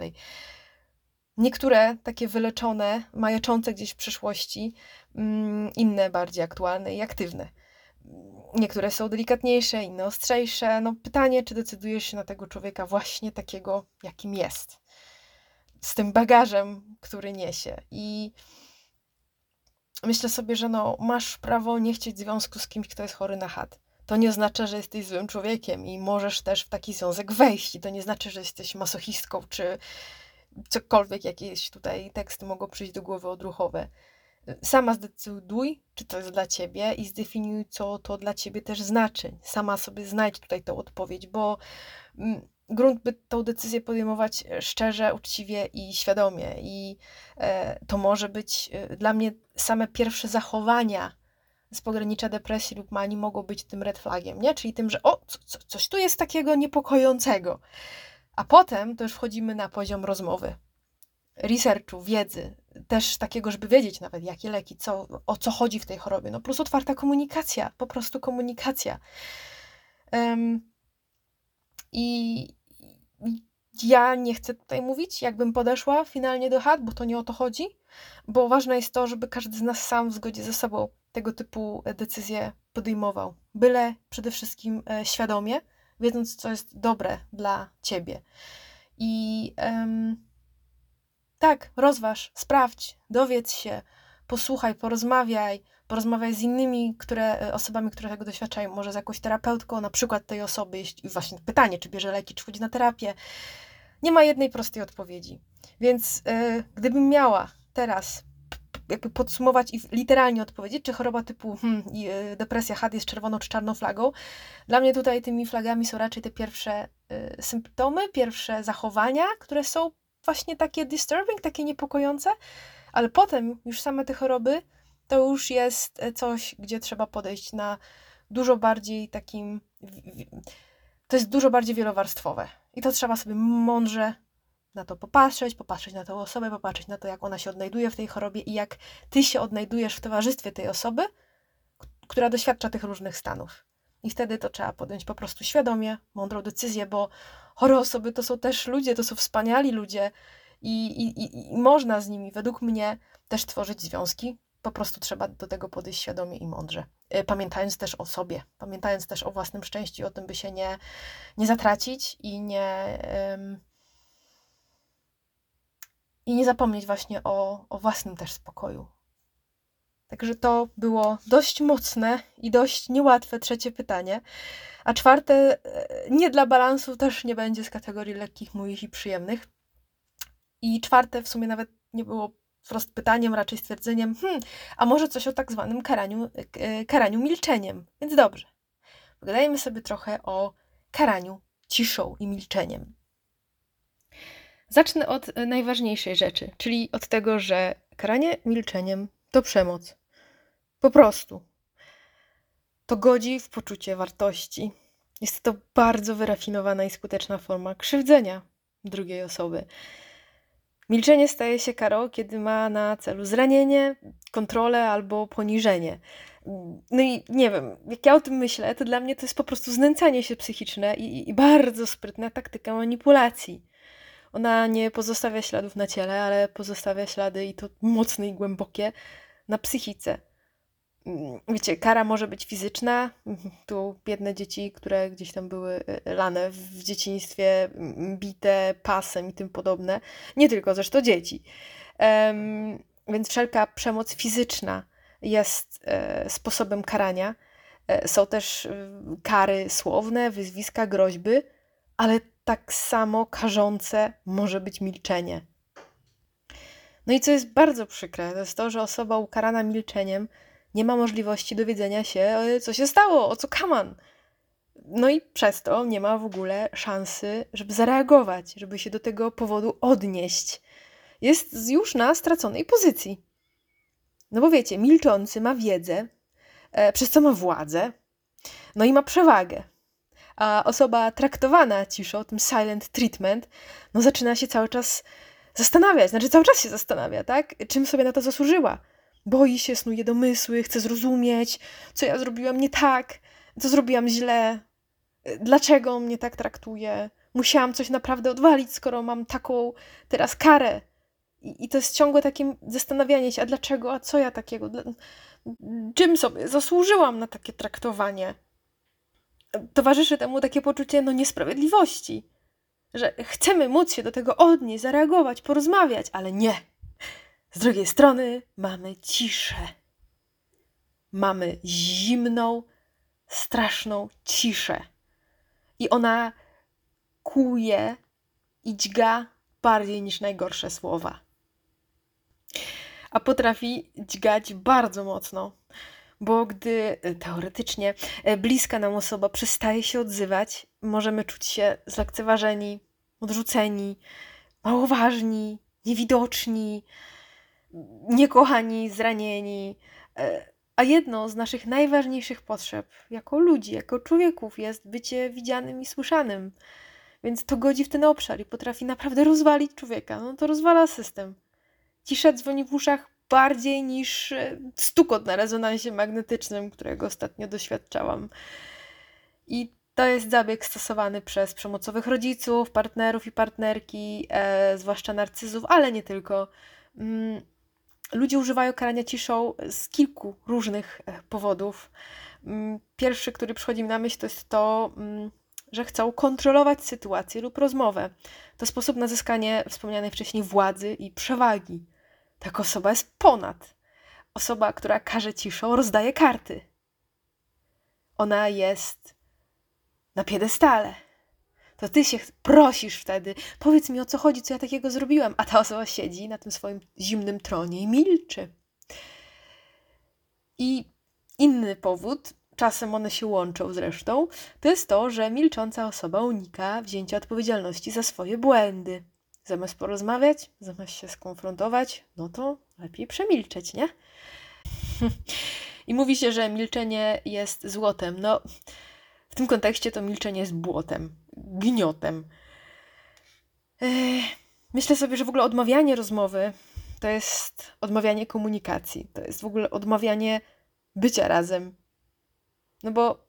Niektóre takie wyleczone, majaczące gdzieś w przyszłości, mm, inne bardziej aktualne i aktywne. Niektóre są delikatniejsze, inne ostrzejsze. No pytanie, czy decydujesz się na tego człowieka właśnie takiego, jakim jest. Z tym bagażem, który niesie. I myślę sobie, że no, masz prawo nie chcieć związku z kimś, kto jest chory na chat. To nie oznacza, że jesteś złym człowiekiem i możesz też w taki związek wejść. I to nie znaczy, że jesteś masochistką, czy cokolwiek, jakieś tutaj teksty mogą przyjść do głowy odruchowe. Sama zdecyduj, czy to jest dla ciebie i zdefiniuj, co to dla ciebie też znaczy. Sama sobie znajdź tutaj tą odpowiedź, bo mm, grunt by tą decyzję podejmować szczerze, uczciwie i świadomie. I e, to może być e, dla mnie same pierwsze zachowania z pogranicza depresji lub manii mogą być tym red flagiem, nie? Czyli tym, że o, co, co, coś tu jest takiego niepokojącego. A potem to już wchodzimy na poziom rozmowy, researchu, wiedzy, też takiego, żeby wiedzieć nawet, jakie leki, co, o co chodzi w tej chorobie. No plus otwarta komunikacja, po prostu komunikacja. Um, I ja nie chcę tutaj mówić, jakbym podeszła finalnie do chat, bo to nie o to chodzi, bo ważne jest to, żeby każdy z nas sam w zgodzie ze sobą tego typu decyzje podejmował. Byle przede wszystkim e, świadomie, wiedząc, co jest dobre dla ciebie. I em, tak, rozważ, sprawdź, dowiedz się, posłuchaj, porozmawiaj, porozmawiaj z innymi które, osobami, które tego doświadczają, może z jakąś terapeutką, na przykład tej osoby, jeśli, właśnie pytanie, czy bierze leki, czy chodzi na terapię. Nie ma jednej prostej odpowiedzi. Więc yy, gdybym miała teraz jakby podsumować i literalnie odpowiedzieć, czy choroba typu hmm, yy, depresja, chat jest czerwoną czy czarną flagą, dla mnie tutaj tymi flagami są raczej te pierwsze yy, symptomy, pierwsze zachowania, które są właśnie takie disturbing, takie niepokojące, ale potem już same te choroby to już jest coś, gdzie trzeba podejść na dużo bardziej takim, to jest dużo bardziej wielowarstwowe i to trzeba sobie mądrze na to popatrzeć, popatrzeć na tę osobę, popatrzeć na to, jak ona się odnajduje w tej chorobie i jak ty się odnajdujesz w towarzystwie tej osoby, która doświadcza tych różnych stanów. I wtedy to trzeba podjąć po prostu świadomie, mądrą decyzję, bo chore osoby to są też ludzie, to są wspaniali ludzie i, i, i, i można z nimi, według mnie, też tworzyć związki. Po prostu trzeba do tego podejść świadomie i mądrze. Pamiętając też o sobie, pamiętając też o własnym szczęściu, o tym, by się nie, nie zatracić i nie, um, i nie zapomnieć właśnie o, o własnym też spokoju. Także to było dość mocne i dość niełatwe trzecie pytanie. A czwarte, nie dla balansu, też nie będzie z kategorii lekkich, moich i przyjemnych. I czwarte w sumie nawet nie było wprost pytaniem, raczej stwierdzeniem, hmm, a może coś o tak zwanym karaniu, karaniu milczeniem. Więc dobrze, pogadajmy sobie trochę o karaniu ciszą i milczeniem. Zacznę od najważniejszej rzeczy, czyli od tego, że karanie milczeniem to przemoc. Po prostu. To godzi w poczucie wartości. Jest to bardzo wyrafinowana i skuteczna forma krzywdzenia drugiej osoby. Milczenie staje się karą, kiedy ma na celu zranienie, kontrolę albo poniżenie. No i nie wiem, jak ja o tym myślę, to dla mnie to jest po prostu znęcanie się psychiczne i, i bardzo sprytna taktyka manipulacji. Ona nie pozostawia śladów na ciele, ale pozostawia ślady i to mocne i głębokie na psychice. Wiecie, kara może być fizyczna. Tu biedne dzieci, które gdzieś tam były lane w dzieciństwie, bite pasem i tym podobne. Nie tylko zresztą dzieci. Um, więc wszelka przemoc fizyczna jest e, sposobem karania. Są też kary słowne, wyzwiska, groźby, ale tak samo karzące może być milczenie. No i co jest bardzo przykre, to jest to, że osoba ukarana milczeniem nie ma możliwości dowiedzenia się, co się stało, o co kaman. No i przez to nie ma w ogóle szansy, żeby zareagować, żeby się do tego powodu odnieść. Jest już na straconej pozycji. No bo wiecie, milczący ma wiedzę, e, przez co ma władzę, no i ma przewagę. A osoba traktowana ciszą, tym silent treatment, no zaczyna się cały czas zastanawiać, znaczy cały czas się zastanawia, tak? Czym sobie na to zasłużyła. Boi się, snuje domysły, chce zrozumieć, co ja zrobiłam nie tak, co zrobiłam źle, dlaczego mnie tak traktuje. Musiałam coś naprawdę odwalić, skoro mam taką teraz karę. I, i to jest ciągłe takie zastanawianie się, a dlaczego, a co ja takiego, dla, czym sobie zasłużyłam na takie traktowanie. Towarzyszy temu takie poczucie no, niesprawiedliwości, że chcemy móc się do tego odnieść, zareagować, porozmawiać, ale nie. Z drugiej strony mamy ciszę. Mamy zimną, straszną ciszę. I ona kłuje i dźga bardziej niż najgorsze słowa. A potrafi dźgać bardzo mocno, bo gdy teoretycznie bliska nam osoba przestaje się odzywać, możemy czuć się zlekceważeni, odrzuceni, mało ważni, niewidoczni, niekochani, zranieni. A jedną z naszych najważniejszych potrzeb jako ludzi, jako człowieków jest bycie widzianym i słyszanym. Więc to godzi w ten obszar i potrafi naprawdę rozwalić człowieka. No to rozwala system. Cisza dzwoni w uszach bardziej niż stukot na rezonansie magnetycznym, którego ostatnio doświadczałam. I to jest zabieg stosowany przez przemocowych rodziców, partnerów i partnerki, e, zwłaszcza narcyzów, ale nie tylko. Mm, ludzie używają karania ciszą z kilku różnych powodów. Mm, pierwszy, który przychodzi mi na myśl, to jest to, mm, że chcą kontrolować sytuację lub rozmowę. To sposób na zyskanie wspomnianej wcześniej władzy i przewagi. Taka osoba jest ponad. Osoba, która karze ciszą, rozdaje karty. Ona jest na piedestale. To ty się prosisz wtedy, powiedz mi o co chodzi, co ja takiego zrobiłam, a ta osoba siedzi na tym swoim zimnym tronie i milczy. I inny powód, czasem one się łączą zresztą, to jest to, że milcząca osoba unika wzięcia odpowiedzialności za swoje błędy. Zamiast porozmawiać, zamiast się skonfrontować, no to lepiej przemilczeć, nie? I mówi się, że milczenie jest złotem. No, w tym kontekście to milczenie jest błotem, gniotem. Myślę sobie, że w ogóle odmawianie rozmowy to jest odmawianie komunikacji. To jest w ogóle odmawianie bycia razem. No bo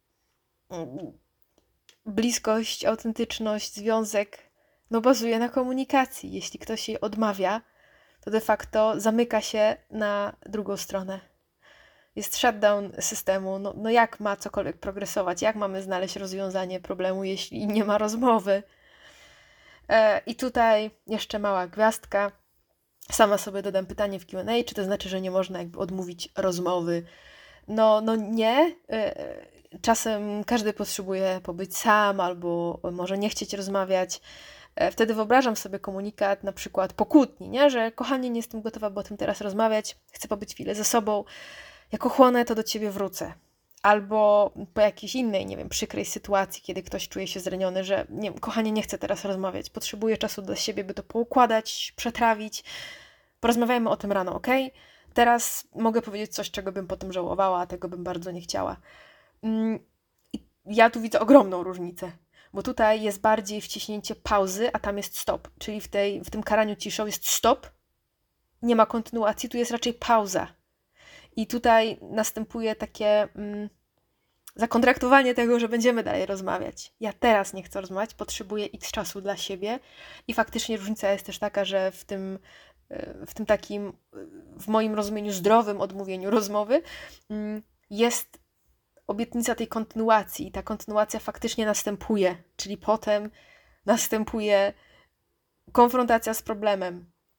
bliskość, autentyczność, związek no bazuje na komunikacji. Jeśli ktoś jej odmawia, to de facto zamyka się na drugą stronę. Jest shutdown systemu. No, no jak ma cokolwiek progresować? Jak mamy znaleźć rozwiązanie problemu, jeśli nie ma rozmowy? E, I tutaj jeszcze mała gwiazdka. Sama sobie dodam pytanie w Q and A, czy to znaczy, że nie można jakby odmówić rozmowy? No, no nie. E, czasem każdy potrzebuje pobyć sam albo może nie chcieć rozmawiać. E, wtedy wyobrażam sobie komunikat na przykład po kłótni, nie? Że kochanie, nie jestem gotowa, bo o tym teraz rozmawiać, chcę pobyć chwilę ze sobą. Jak ochłonę, to do ciebie wrócę. Albo po jakiejś innej, nie wiem, przykrej sytuacji, kiedy ktoś czuje się zraniony, że nie, kochanie, nie chcę teraz rozmawiać, potrzebuję czasu dla siebie, by to poukładać, przetrawić. Porozmawiajmy o tym rano, ok? Teraz mogę powiedzieć coś, czego bym potem żałowała, a tego bym bardzo nie chciała. I ja tu widzę ogromną różnicę, bo tutaj jest bardziej wciśnięcie pauzy, a tam jest stop. Czyli w, tej, w tym karaniu ciszą jest stop, nie ma kontynuacji, tu jest raczej pauza. I tutaj następuje takie mm, zakontraktowanie tego, że będziemy dalej rozmawiać. Ja teraz nie chcę rozmawiać, potrzebuję x czasu dla siebie i faktycznie różnica jest też taka, że w tym, w tym takim, w moim rozumieniu zdrowym odmówieniu rozmowy mm, jest obietnica tej kontynuacji i ta kontynuacja faktycznie następuje, czyli potem następuje konfrontacja z problemem.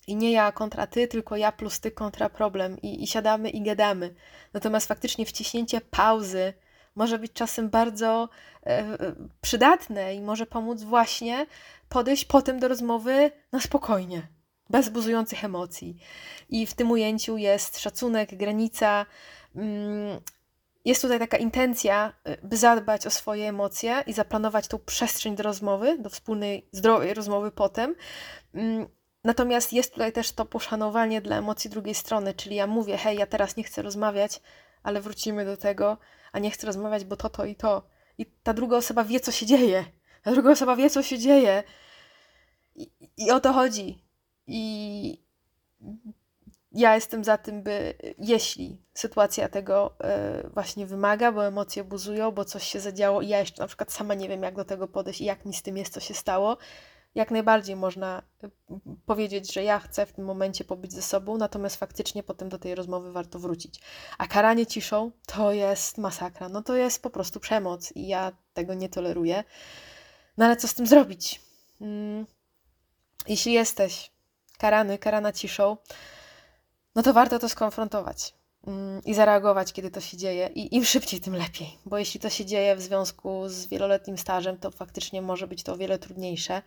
I nie ja kontra ty, tylko ja plus ty kontra problem. I, i siadamy i gadamy. Natomiast faktycznie wciśnięcie pauzy może być czasem bardzo e, przydatne i może pomóc właśnie podejść potem do rozmowy na spokojnie, bez buzujących emocji. I w tym ujęciu jest szacunek, granica. Mm, jest tutaj taka intencja, by zadbać o swoje emocje i zaplanować tą przestrzeń do rozmowy, do wspólnej, zdrowej rozmowy potem. Mm, Natomiast jest tutaj też to poszanowanie dla emocji drugiej strony, czyli ja mówię, hej, ja teraz nie chcę rozmawiać, ale wrócimy do tego, a nie chcę rozmawiać, bo to, to i to. I ta druga osoba wie, co się dzieje. Ta druga osoba wie, co się dzieje. I, i o to chodzi. I ja jestem za tym, by jeśli sytuacja tego y, właśnie wymaga, bo emocje buzują, bo coś się zadziało i ja jeszcze na przykład sama nie wiem, jak do tego podejść i jak mi z tym jest, co się stało, jak najbardziej można powiedzieć, że ja chcę w tym momencie pobyć ze sobą, natomiast faktycznie potem do tej rozmowy warto wrócić. A karanie ciszą to jest masakra, no to jest po prostu przemoc i ja tego nie toleruję. No ale co z tym zrobić? Hmm. Jeśli jesteś karany, karana ciszą, no to warto to skonfrontować hmm, i zareagować, kiedy to się dzieje. I im szybciej, tym lepiej, bo jeśli to się dzieje w związku z wieloletnim stażem, to faktycznie może być to o wiele trudniejsze.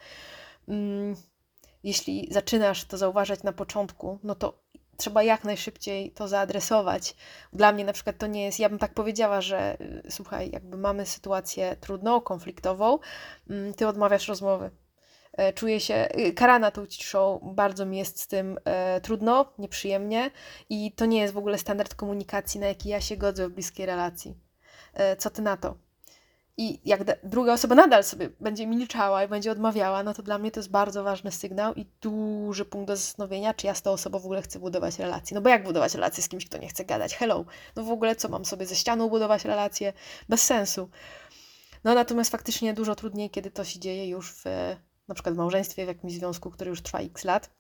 Jeśli zaczynasz to zauważać na początku, no to trzeba jak najszybciej to zaadresować. Dla mnie na przykład to nie jest, ja bym tak powiedziała, że słuchaj, jakby mamy sytuację trudną, konfliktową, ty odmawiasz rozmowy. Czuję się karana tą ciszą, bardzo mi jest z tym e, trudno, nieprzyjemnie i to nie jest w ogóle standard komunikacji, na jaki ja się godzę w bliskiej relacji. E, co ty na to? I jak da- druga osoba nadal sobie będzie milczała i będzie odmawiała, no to dla mnie to jest bardzo ważny sygnał i duży punkt do zastanowienia, czy ja z tą osobą w ogóle chcę budować relacje. No bo jak budować relacje z kimś, kto nie chce gadać? Hello. No w ogóle co, mam sobie ze ścianą budować relacje? Bez sensu. No natomiast faktycznie dużo trudniej, kiedy to się dzieje już w na przykład w małżeństwie, w jakimś związku, który już trwa x lat.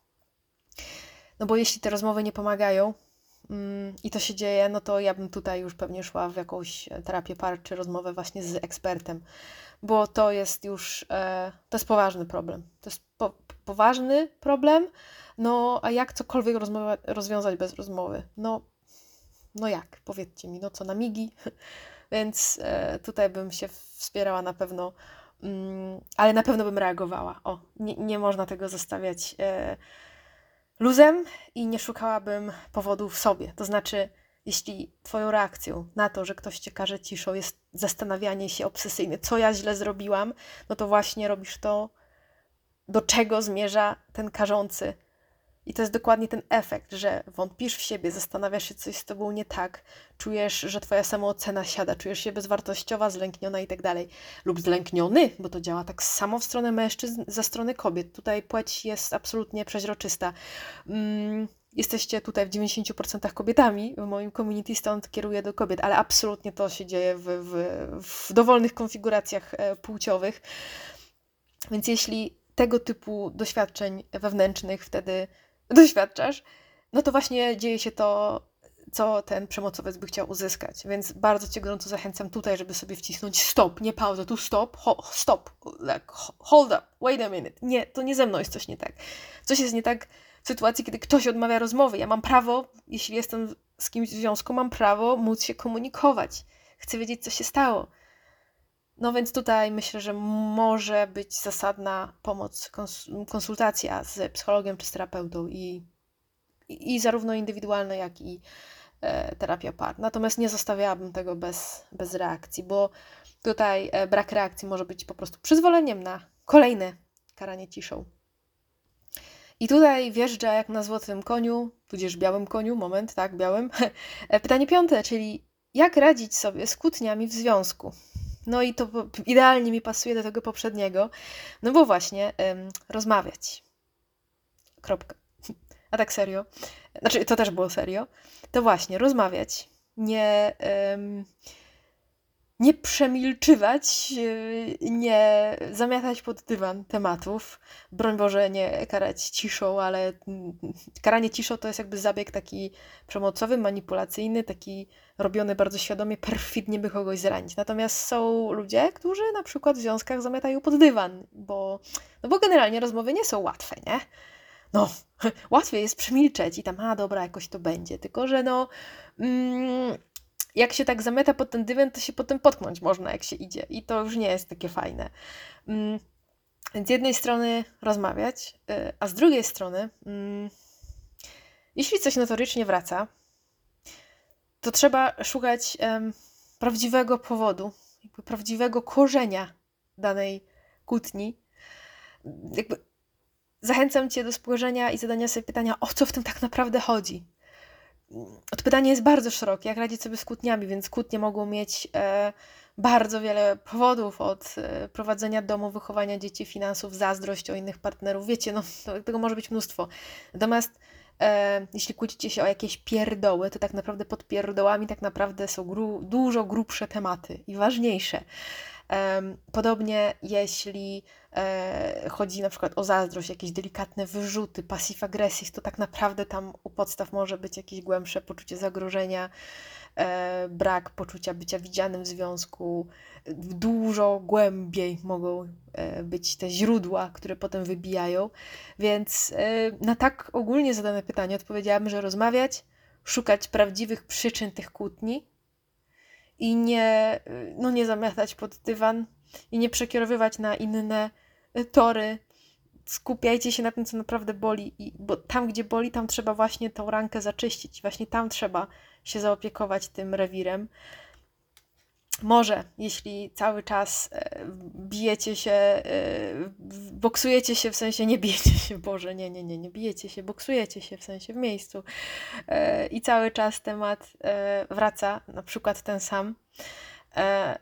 No bo jeśli te rozmowy nie pomagają mm, i to się dzieje, no to ja bym tutaj już pewnie szła w jakąś terapię par, czy rozmowę właśnie z ekspertem, bo to jest już, e, to jest poważny problem. To jest po, poważny problem, no a jak cokolwiek rozmowa, rozwiązać bez rozmowy? No, no jak? Powiedzcie mi, no co, na migi? Więc e, tutaj bym się wspierała na pewno, mm, ale na pewno bym reagowała. O, nie, nie można tego zostawiać e, luzem i nie szukałabym powodu w sobie. To znaczy, jeśli twoją reakcją na to, że ktoś cię karze ciszą, jest zastanawianie się obsesyjne, co ja źle zrobiłam, no to właśnie robisz to, do czego zmierza ten karzący. I to jest dokładnie ten efekt, że wątpisz w siebie, zastanawiasz się, coś z tobą nie tak, czujesz, że twoja samoocena siada, czujesz się bezwartościowa, zlękniona i tak dalej. Lub zlękniony, bo to działa tak samo w stronę mężczyzn, za stronę kobiet. Tutaj płeć jest absolutnie przeźroczysta. Mm, jesteście tutaj w dziewięćdziesiąt procent kobietami, w moim community, stąd kieruję do kobiet, ale absolutnie to się dzieje w, w, w dowolnych konfiguracjach e, płciowych. Więc jeśli tego typu doświadczeń wewnętrznych wtedy doświadczasz, no to właśnie dzieje się to, co ten przemocowiec by chciał uzyskać. Więc bardzo cię gorąco zachęcam tutaj, żeby sobie wcisnąć stop, nie pauza, tu stop, ho, stop, like, hold up, wait a minute. Nie, to nie ze mną jest coś nie tak. Coś jest nie tak w sytuacji, kiedy ktoś odmawia rozmowy. Ja mam prawo, jeśli jestem z kimś w związku, mam prawo móc się komunikować. Chcę wiedzieć, co się stało. No więc tutaj myślę, że może być zasadna pomoc, konsultacja z psychologiem czy z terapeutą i, i, i zarówno indywidualna, jak i e, terapia par. Natomiast nie zostawiałabym tego bez, bez reakcji, bo tutaj e, brak reakcji może być po prostu przyzwoleniem na kolejne karanie ciszą. I tutaj wjeżdża jak na złotym koniu, tudzież białym koniu, moment, tak, białym. Pytanie piąte, czyli jak radzić sobie z kłótniami w związku? No i to idealnie mi pasuje do tego poprzedniego, no bo właśnie ym, rozmawiać. Kropka. A tak serio, znaczy to też było serio, to właśnie rozmawiać, nie, ym, nie przemilczywać, yy, nie zamiatać pod dywan tematów, broń Boże nie karać ciszą, ale yy, karanie ciszą to jest jakby zabieg taki przemocowy, manipulacyjny, taki robiony bardzo świadomie, perfidnie, by kogoś zranić. Natomiast są ludzie, którzy na przykład w związkach zamiatają pod dywan, bo, no bo generalnie rozmowy nie są łatwe, nie? no, łatwiej jest przemilczeć i tam, a dobra, jakoś to będzie. Tylko, że no, mm, jak się tak zamyka pod ten dywan, to się potem potknąć można, jak się idzie. I to już nie jest takie fajne. Mm, więc z jednej strony rozmawiać, y, a z drugiej strony, mm, jeśli coś notorycznie wraca, to trzeba szukać em, prawdziwego powodu, jakby prawdziwego korzenia danej kłótni. Jakby zachęcam Cię do spojrzenia i zadania sobie pytania, o co w tym tak naprawdę chodzi. Pytanie jest bardzo szerokie, jak radzić sobie z kłótniami, więc kłótnie mogą mieć e, bardzo wiele powodów, od e, prowadzenia domu, wychowania dzieci, finansów, zazdrość o innych partnerów. Wiecie, no to, tego może być mnóstwo. Natomiast e, jeśli kłócicie się o jakieś pierdoły, to tak naprawdę pod pierdołami tak naprawdę są gru, dużo grubsze tematy i ważniejsze. Podobnie jeśli e, chodzi na przykład o zazdrość, jakieś delikatne wyrzuty, passive aggressive, to tak naprawdę tam u podstaw może być jakieś głębsze poczucie zagrożenia, e, brak poczucia bycia widzianym w związku. Dużo głębiej mogą e, być te źródła, które potem wybijają. Więc e, na tak ogólnie zadane pytanie odpowiedziałabym, że rozmawiać, szukać prawdziwych przyczyn tych kłótni, i nie, no nie zamiatać pod dywan i nie przekierowywać na inne tory. Skupiajcie się na tym, co naprawdę boli, i, bo tam, gdzie boli, tam trzeba właśnie tą rankę zaczyścić. Właśnie tam trzeba się zaopiekować tym rewirem. Może, jeśli cały czas e, bijecie się, e, boksujecie się, w sensie nie bijecie się, Boże, nie, nie, nie, nie bijecie się, boksujecie się, w sensie w miejscu e, i cały czas temat e, wraca, na przykład ten sam, e,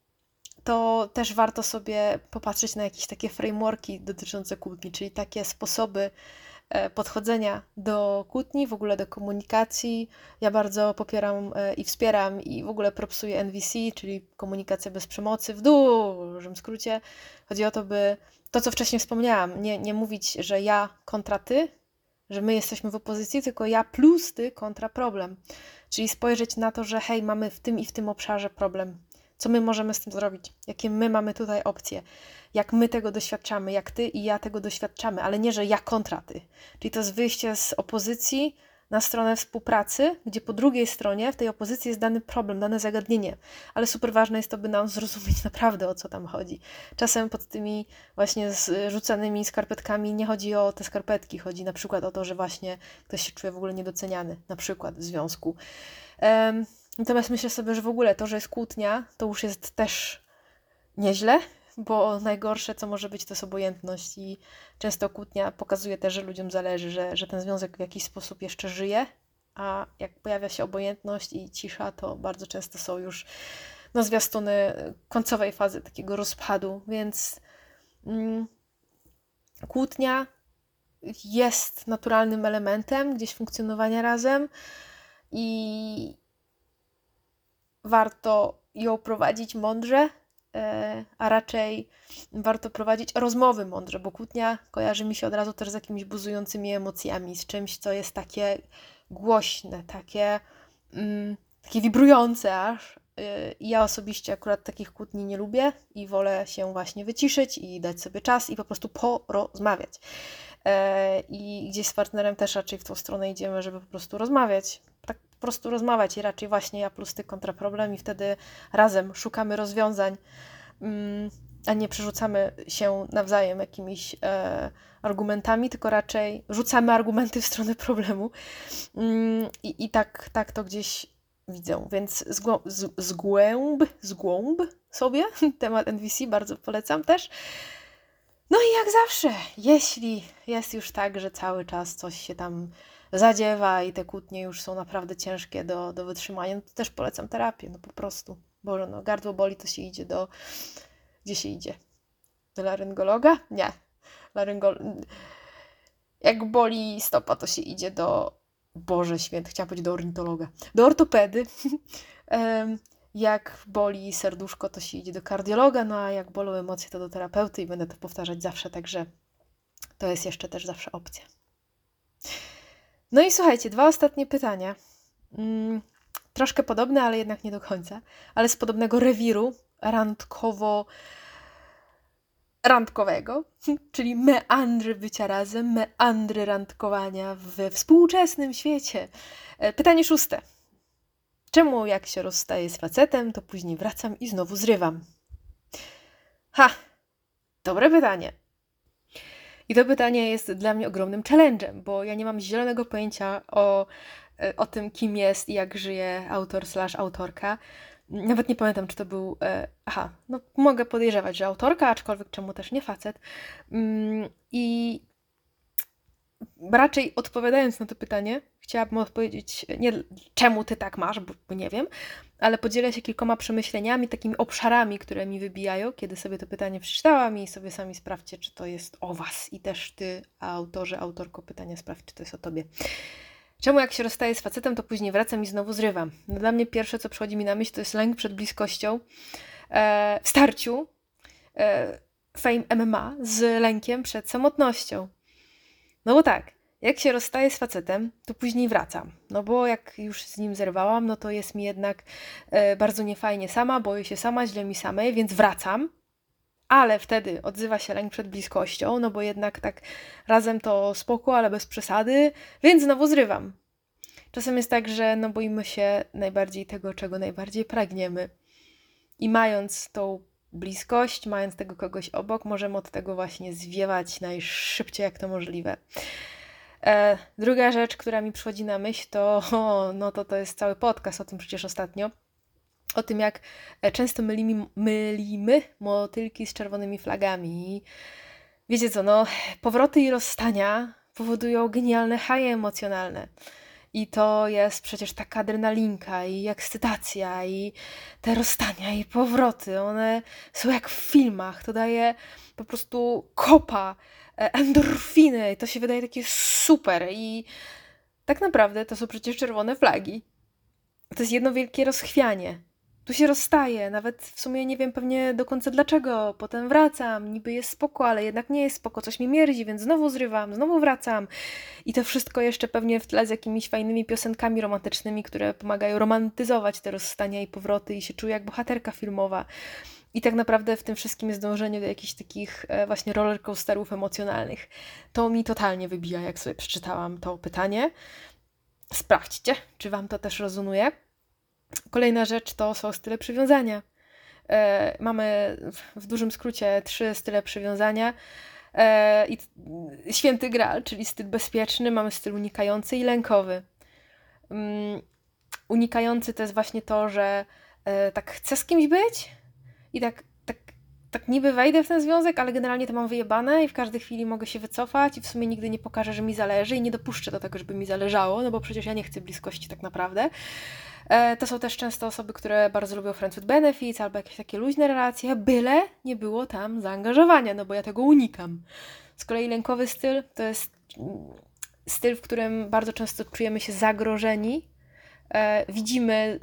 to też warto sobie popatrzeć na jakieś takie frameworki dotyczące kłótni, czyli takie sposoby podchodzenia do kłótni, w ogóle do komunikacji. Ja bardzo popieram i wspieram i w ogóle propsuję N V C, czyli komunikacja bez przemocy w dużym skrócie. Chodzi o to, by to, co wcześniej wspomniałam, nie, nie mówić, że ja kontra ty, że my jesteśmy w opozycji, tylko ja plus ty kontra problem. Czyli spojrzeć na to, że hej, mamy w tym i w tym obszarze problem. Co my możemy z tym zrobić? Jakie my mamy tutaj opcje? Jak my tego doświadczamy? Jak ty i ja tego doświadczamy? Ale nie, że ja kontra ty. Czyli to jest wyjście z opozycji na stronę współpracy, gdzie po drugiej stronie w tej opozycji jest dany problem, dane zagadnienie. Ale super ważne jest to, by nam zrozumieć naprawdę, o co tam chodzi. Czasem pod tymi właśnie rzucanymi skarpetkami nie chodzi o te skarpetki. Chodzi na przykład o to, że właśnie ktoś się czuje w ogóle niedoceniany. Na przykład w związku. Um, Natomiast myślę sobie, że w ogóle to, że jest kłótnia, to już jest też nieźle, bo najgorsze, co może być, to jest obojętność i często kłótnia pokazuje też, że ludziom zależy, że, że ten związek w jakiś sposób jeszcze żyje, a jak pojawia się obojętność i cisza, to bardzo często są już no, zwiastuny końcowej fazy takiego rozpadu, więc mm, kłótnia jest naturalnym elementem gdzieś funkcjonowania razem i warto ją prowadzić mądrze, a raczej warto prowadzić rozmowy mądrze, bo kłótnia kojarzy mi się od razu też z jakimiś buzującymi emocjami, z czymś, co jest takie głośne, takie, mm, takie wibrujące aż. I ja osobiście akurat takich kłótni nie lubię i wolę się właśnie wyciszyć i dać sobie czas i po prostu porozmawiać. I gdzieś z partnerem też raczej w tą stronę idziemy, żeby po prostu rozmawiać. Tak po prostu rozmawiać i raczej właśnie ja plus ty kontra problem i wtedy razem szukamy rozwiązań, a nie przerzucamy się nawzajem jakimiś e, argumentami, tylko raczej rzucamy argumenty w stronę problemu i, i tak, tak to gdzieś widzę, więc zgłą, z, zgłęb, zgłąb sobie temat N V C bardzo polecam też. No i jak zawsze, jeśli jest już tak, że cały czas coś się tam zadziewa i te kłótnie już są naprawdę ciężkie do, do wytrzymania, no to też polecam terapię, no po prostu. Boże, no gardło boli, to się idzie do... Gdzie się idzie? Do laryngologa? Nie. Laryngol... Jak boli stopa, to się idzie do... Boże święty, chciałam powiedzieć do ornitologa. Do ortopedy. Jak boli serduszko, to się idzie do kardiologa, no a jak bolą emocje, to do terapeuty i będę to powtarzać zawsze, także to jest jeszcze też zawsze opcja. No i słuchajcie, dwa ostatnie pytania. Mm, troszkę podobne, ale jednak nie do końca. Ale z podobnego rewiru, randkowo randkowego, czyli meandry bycia razem, meandry randkowania we współczesnym świecie. Pytanie szóste. Czemu jak się rozstaję z facetem, to później wracam i znowu zrywam? Ha! Dobre pytanie. I to pytanie jest dla mnie ogromnym challenge'em, bo ja nie mam zielonego pojęcia o, o tym, kim jest i jak żyje autor slash autorka. Nawet nie pamiętam, czy to był... E, aha, no mogę podejrzewać, że autorka, aczkolwiek czemu też nie facet. Mm, I raczej odpowiadając na to pytanie, chciałabym odpowiedzieć nie czemu ty tak masz, bo, bo nie wiem, ale podzielę się kilkoma przemyśleniami, takimi obszarami, które mi wybijają, kiedy sobie to pytanie przeczytałam i sobie sami sprawdźcie, czy to jest o was. I też ty, autorze, autorko pytania, sprawdź, czy to jest o tobie. Czemu jak się rozstaję z facetem, to później wracam i znowu zrywam? No dla mnie pierwsze, co przychodzi mi na myśl, to jest lęk przed bliskością, e, w starciu, e, fame M M A z lękiem przed samotnością. No bo tak, jak się rozstaję z facetem, to później wracam. No bo jak już z nim zerwałam, no to jest mi jednak e, bardzo niefajnie sama, boję się sama, źle mi samej, więc wracam. Ale wtedy odzywa się lęk przed bliskością, no bo jednak tak razem to spoko, ale bez przesady, więc znowu zrywam. Czasem jest tak, że no boimy się najbardziej tego, czego najbardziej pragniemy. I mając tą bliskość, mając tego kogoś obok, możemy od tego właśnie zwiewać najszybciej, jak to możliwe. E, druga rzecz, która mi przychodzi na myśl, to o, no to to jest cały podcast o tym przecież ostatnio. O tym, jak często mylimy, mylimy motylki z czerwonymi flagami. I wiecie co, no powroty i rozstania powodują genialne haje emocjonalne. I to jest przecież taka adrenalinka i ekscytacja i te rozstania i powroty, one są jak w filmach, to daje po prostu kopa, endorfiny i to się wydaje takie super i tak naprawdę to są przecież czerwone flagi. To jest jedno wielkie rozchwianie. Tu się rozstaję, nawet w sumie nie wiem pewnie do końca dlaczego, potem wracam, niby jest spoko, ale jednak nie jest spoko, coś mi mierdzi, więc znowu zrywam, znowu wracam. I to wszystko jeszcze pewnie w tle z jakimiś fajnymi piosenkami romantycznymi, które pomagają romantyzować te rozstania i powroty i się czuję jak bohaterka filmowa. I tak naprawdę w tym wszystkim jest dążenie do jakichś takich e, właśnie rollercoasterów emocjonalnych. To mi totalnie wybija, jak sobie przeczytałam to pytanie. Sprawdźcie, czy wam to też rezonuje. Kolejna rzecz to są style przywiązania. E, mamy w, w dużym skrócie trzy style przywiązania. E, i święty graal, czyli styl bezpieczny, mamy styl unikający i lękowy. Um, unikający to jest właśnie to, że e, tak chcę z kimś być i tak, tak, tak niby wejdę w ten związek, ale generalnie to mam wyjebane i w każdej chwili mogę się wycofać i w sumie nigdy nie pokażę, że mi zależy i nie dopuszczę do tego, żeby mi zależało, no bo przecież ja nie chcę bliskości tak naprawdę. To są też często osoby, które bardzo lubią friends with benefits albo jakieś takie luźne relacje, byle nie było tam zaangażowania, no bo ja tego unikam. Z kolei lękowy styl to jest styl, w którym bardzo często czujemy się zagrożeni. Widzimy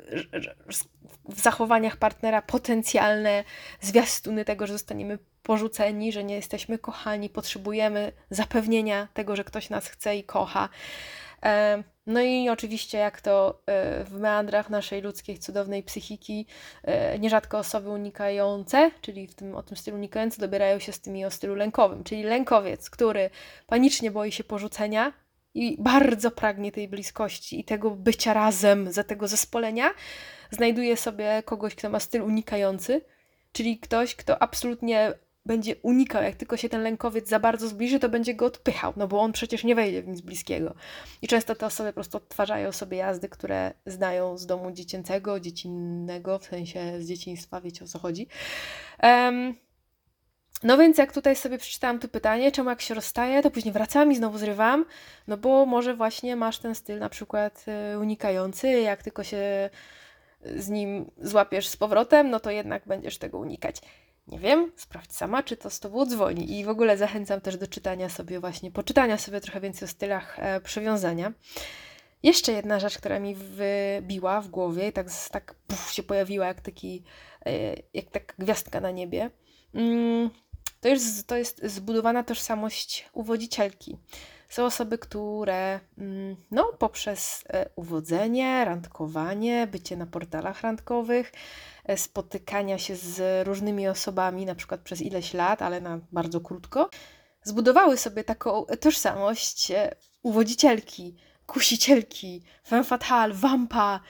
w zachowaniach partnera potencjalne zwiastuny tego, że zostaniemy porzuceni, że nie jesteśmy kochani, potrzebujemy zapewnienia tego, że ktoś nas chce i kocha. No i oczywiście jak to w meandrach naszej ludzkiej, cudownej psychiki nierzadko osoby unikające, czyli w tym, o tym stylu unikający, dobierają się z tymi o stylu lękowym, czyli lękowiec, który panicznie boi się porzucenia i bardzo pragnie tej bliskości i tego bycia razem, za tego zespolenia, znajduje sobie kogoś, kto ma styl unikający, czyli ktoś, kto absolutnie będzie unikał, jak tylko się ten lękowiec za bardzo zbliży, to będzie go odpychał, no bo on przecież nie wejdzie w nic bliskiego. I często te osoby po prostu odtwarzają sobie jazdy, które znają z domu dziecięcego, dziecinnego, w sensie z dzieciństwa, wiecie o co chodzi. Um, no więc jak tutaj sobie przeczytałam to pytanie, czemu jak się rozstaję, to później wracam i znowu zrywam, no bo może właśnie masz ten styl na przykład unikający, jak tylko się z nim złapiesz z powrotem, no to jednak będziesz tego unikać. Nie wiem, sprawdź sama, czy to z tobą dzwoni. I w ogóle zachęcam też do czytania sobie właśnie, poczytania sobie trochę więcej o stylach e, przywiązania. Jeszcze jedna rzecz, która mi wybiła w głowie i tak, tak puf, się pojawiła jak taki, e, jak taka gwiazdka na niebie. Mm, to, jest, to jest zbudowana tożsamość uwodzicielki. Są osoby, które mm, no, poprzez e, uwodzenie, randkowanie, bycie na portalach randkowych spotykania się z różnymi osobami, na przykład przez ileś lat, ale na bardzo krótko, zbudowały sobie taką tożsamość uwodzicielki, kusicielki, femme fatale, wampa,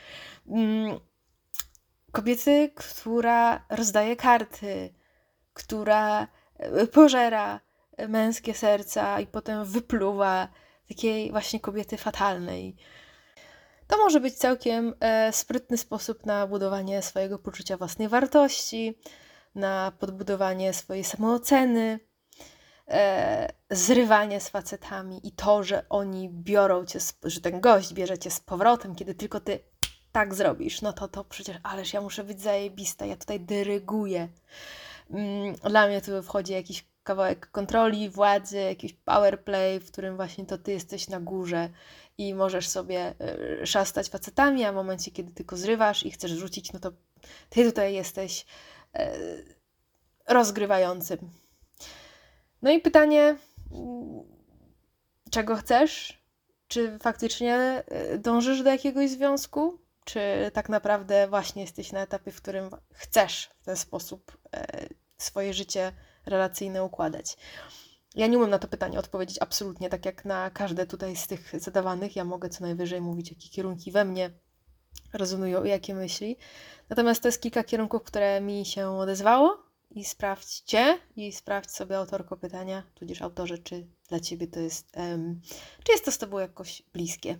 kobiety, która rozdaje karty, która pożera męskie serca i potem wypluwa, takiej właśnie kobiety fatalnej. To może być całkiem e, sprytny sposób na budowanie swojego poczucia własnej wartości, na podbudowanie swojej samooceny, e, zrywanie z facetami i to, że oni biorą cię, z, że ten gość bierze cię z powrotem, kiedy tylko ty tak zrobisz, no to to przecież, ależ ja muszę być zajebista, ja tutaj dyryguję. Mm, dla mnie tu wchodzi jakiś kawałek kontroli, władzy, jakiś power play, w którym właśnie to ty jesteś na górze i możesz sobie y, szastać facetami, a w momencie, kiedy tylko zrywasz i chcesz rzucić, no to ty tutaj jesteś y, rozgrywającym. No i pytanie, czego chcesz? Czy faktycznie dążysz do jakiegoś związku? Czy tak naprawdę właśnie jesteś na etapie, w którym chcesz w ten sposób e, swoje życie relacyjne układać? Ja nie umiem na to pytanie odpowiedzieć absolutnie, tak jak na każde tutaj z tych zadawanych. Ja mogę co najwyżej mówić, jakie kierunki we mnie rezonują i jakie myśli. Natomiast to jest kilka kierunków, które mi się odezwało i sprawdźcie i sprawdź sobie, autorko pytania, tudzież autorze, czy dla ciebie to jest, um, czy jest to z tobą jakoś bliskie.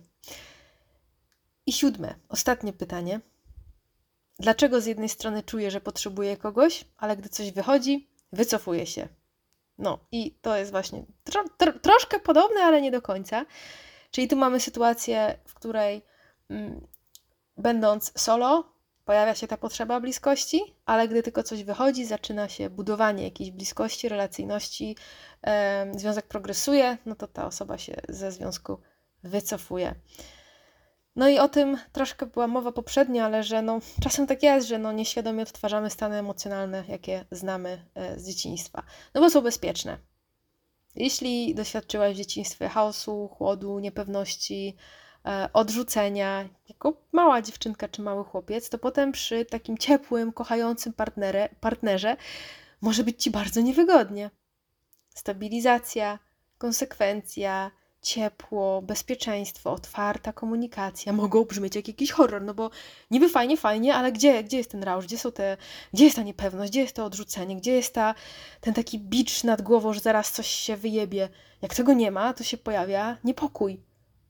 I siódme, ostatnie pytanie. Dlaczego z jednej strony czuję, że potrzebuję kogoś, ale gdy coś wychodzi, wycofuję się? No i to jest właśnie tro, tro, troszkę podobne, ale nie do końca. Czyli tu mamy sytuację, w której mm, będąc solo, pojawia się ta potrzeba bliskości, ale gdy tylko coś wychodzi, zaczyna się budowanie jakiejś bliskości, relacyjności, e, związek progresuje, no to ta osoba się ze związku wycofuje. No i o tym troszkę była mowa poprzednio, ale że no, czasem tak jest, że no, nieświadomie odtwarzamy stany emocjonalne, jakie znamy e, z dzieciństwa. No bo są bezpieczne. Jeśli doświadczyłaś w dzieciństwie chaosu, chłodu, niepewności, e, odrzucenia, jako mała dziewczynka czy mały chłopiec, to potem przy takim ciepłym, kochającym partnerze, partnerze może być ci bardzo niewygodnie. Stabilizacja, konsekwencja, ciepło, bezpieczeństwo, otwarta komunikacja mogą brzmieć jak jakiś horror, no bo niby fajnie, fajnie, ale gdzie, gdzie jest ten rausz, gdzie są te, gdzie jest ta niepewność, gdzie jest to odrzucenie, gdzie jest ta, ten taki bicz nad głową, że zaraz coś się wyjebie. Jak tego nie ma, to się pojawia niepokój.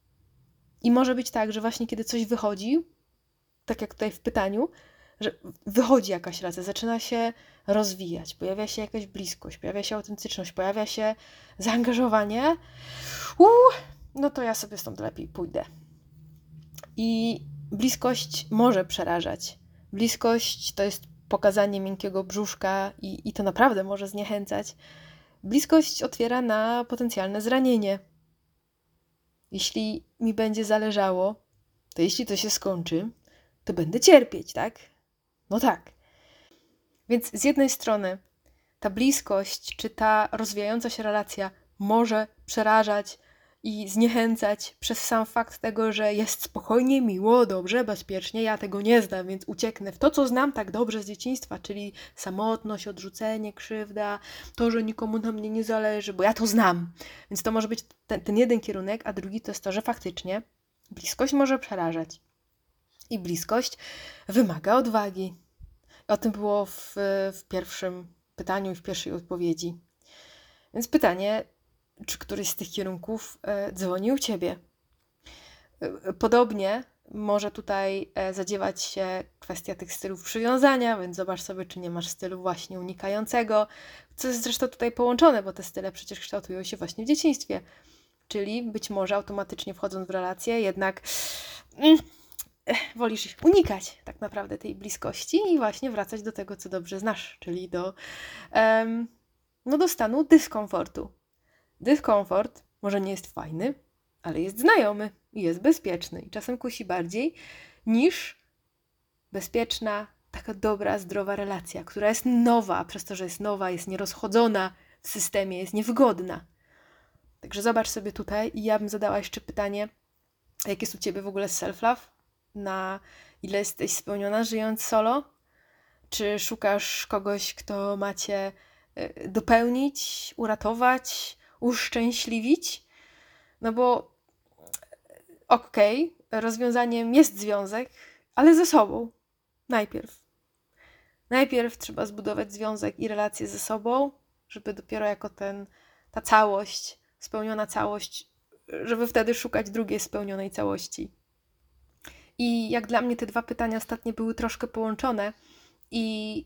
I może być tak, że właśnie kiedy coś wychodzi, tak jak tutaj w pytaniu, że wychodzi jakaś relacja, zaczyna się rozwijać, pojawia się jakaś bliskość, pojawia się autentyczność, pojawia się zaangażowanie, Uuu, no to ja sobie stąd lepiej pójdę. I bliskość może przerażać. Bliskość to jest pokazanie miękkiego brzuszka i, i to naprawdę może zniechęcać. Bliskość otwiera na potencjalne zranienie. Jeśli mi będzie zależało, to jeśli to się skończy, to będę cierpieć, tak? No tak. Więc z jednej strony ta bliskość, czy ta rozwijająca się relacja może przerażać i zniechęcać przez sam fakt tego, że jest spokojnie, miło, dobrze, bezpiecznie. Ja tego nie znam, więc ucieknę w to, co znam tak dobrze z dzieciństwa, czyli samotność, odrzucenie, krzywda, to, że nikomu na mnie nie zależy, bo ja to znam. Więc to może być ten, ten jeden kierunek, a drugi to jest to, że faktycznie bliskość może przerażać. I bliskość wymaga odwagi. O tym było w, w pierwszym pytaniu i w pierwszej odpowiedzi. Więc pytanie, czy któryś z tych kierunków e, dzwoni u ciebie? E, podobnie może tutaj e, zadziewać się kwestia tych stylów przywiązania, więc zobacz sobie, czy nie masz stylu właśnie unikającego, co jest zresztą tutaj połączone, bo te style przecież kształtują się właśnie w dzieciństwie. Czyli być może automatycznie wchodząc w relację, jednak mm, wolisz unikać tak naprawdę tej bliskości i właśnie wracać do tego, co dobrze znasz, czyli do, um, no do stanu dyskomfortu. Dyskomfort może nie jest fajny, ale jest znajomy i jest bezpieczny i czasem kusi bardziej niż bezpieczna, taka dobra, zdrowa relacja, która jest nowa, a przez to, że jest nowa, jest nierozchodzona w systemie, jest niewygodna. Także zobacz sobie tutaj i ja bym zadała jeszcze pytanie, jak jest u ciebie w ogóle self-love? Na ile jesteś spełniona żyjąc solo? Czy szukasz kogoś, kto ma cię y, dopełnić, uratować, uszczęśliwić? No bo okej, okay, rozwiązaniem jest związek, ale ze sobą. Najpierw. Najpierw trzeba zbudować związek i relacje ze sobą, żeby dopiero jako ten, ta całość, spełniona całość, żeby wtedy szukać drugiej spełnionej całości. I jak dla mnie te dwa pytania ostatnio były troszkę połączone i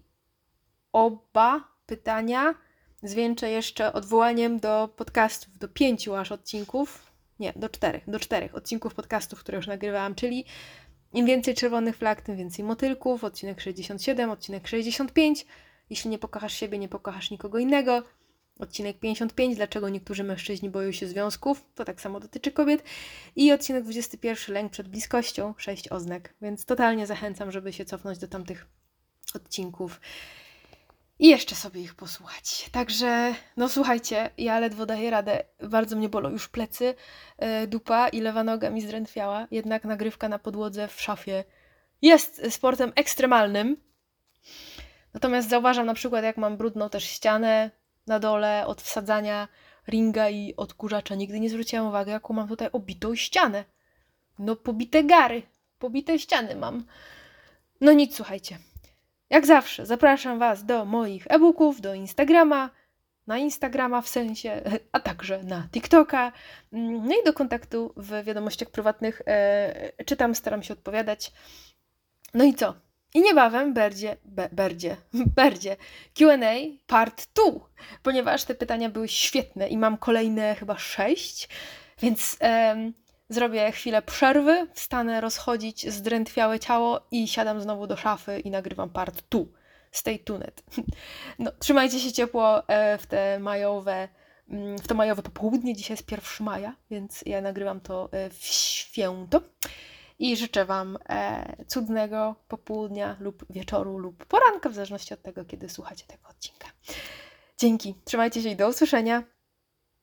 oba pytania zwieńczę jeszcze odwołaniem do podcastów, do pięciu aż odcinków, nie, do czterech, do czterech odcinków podcastów, które już nagrywałam, czyli im więcej czerwonych flag, tym więcej motylków, odcinek sześćdziesiąt siedem, odcinek sześćdziesiąt pięć, jeśli nie pokochasz siebie, nie pokochasz nikogo innego, odcinek pięćdziesiąt pięć, dlaczego niektórzy mężczyźni boją się związków, to tak samo dotyczy kobiet, i odcinek dwudziesty pierwszy, lęk przed bliskością, sześć oznak, więc totalnie zachęcam, żeby się cofnąć do tamtych odcinków i jeszcze sobie ich posłuchać. Także, no słuchajcie, ja ledwo daję radę, bardzo mnie bolą już plecy, yy, dupa i lewa noga mi zdrętwiała, jednak nagrywka na podłodze w szafie jest sportem ekstremalnym. Natomiast zauważam na przykład, jak mam brudną też ścianę na dole od wsadzania ringa i odkurzacza. Nigdy nie zwróciłam uwagi, jaką mam tutaj obitą ścianę. No pobite gary, pobite ściany mam. No nic, słuchajcie. Jak zawsze zapraszam Was do moich e-booków, do Instagrama, na Instagrama w sensie, a także na TikToka, no i do kontaktu w wiadomościach prywatnych. E, czytam, staram się odpowiadać. No i co? I niebawem będzie, be, będzie, będzie Q and A part dwa, ponieważ te pytania były świetne i mam kolejne chyba sześć, więc em, zrobię chwilę przerwy, wstanę rozchodzić zdrętwiałe ciało i siadam znowu do szafy i nagrywam part dwa. Stay tuned. No, trzymajcie się ciepło e, w te majowe, mm, w to majowe popołudnie. Dzisiaj jest pierwszego maja, więc ja nagrywam to e, w święto. I życzę Wam e, cudnego popołudnia lub wieczoru lub poranka, w zależności od tego, kiedy słuchacie tego odcinka. Dzięki, trzymajcie się i do usłyszenia.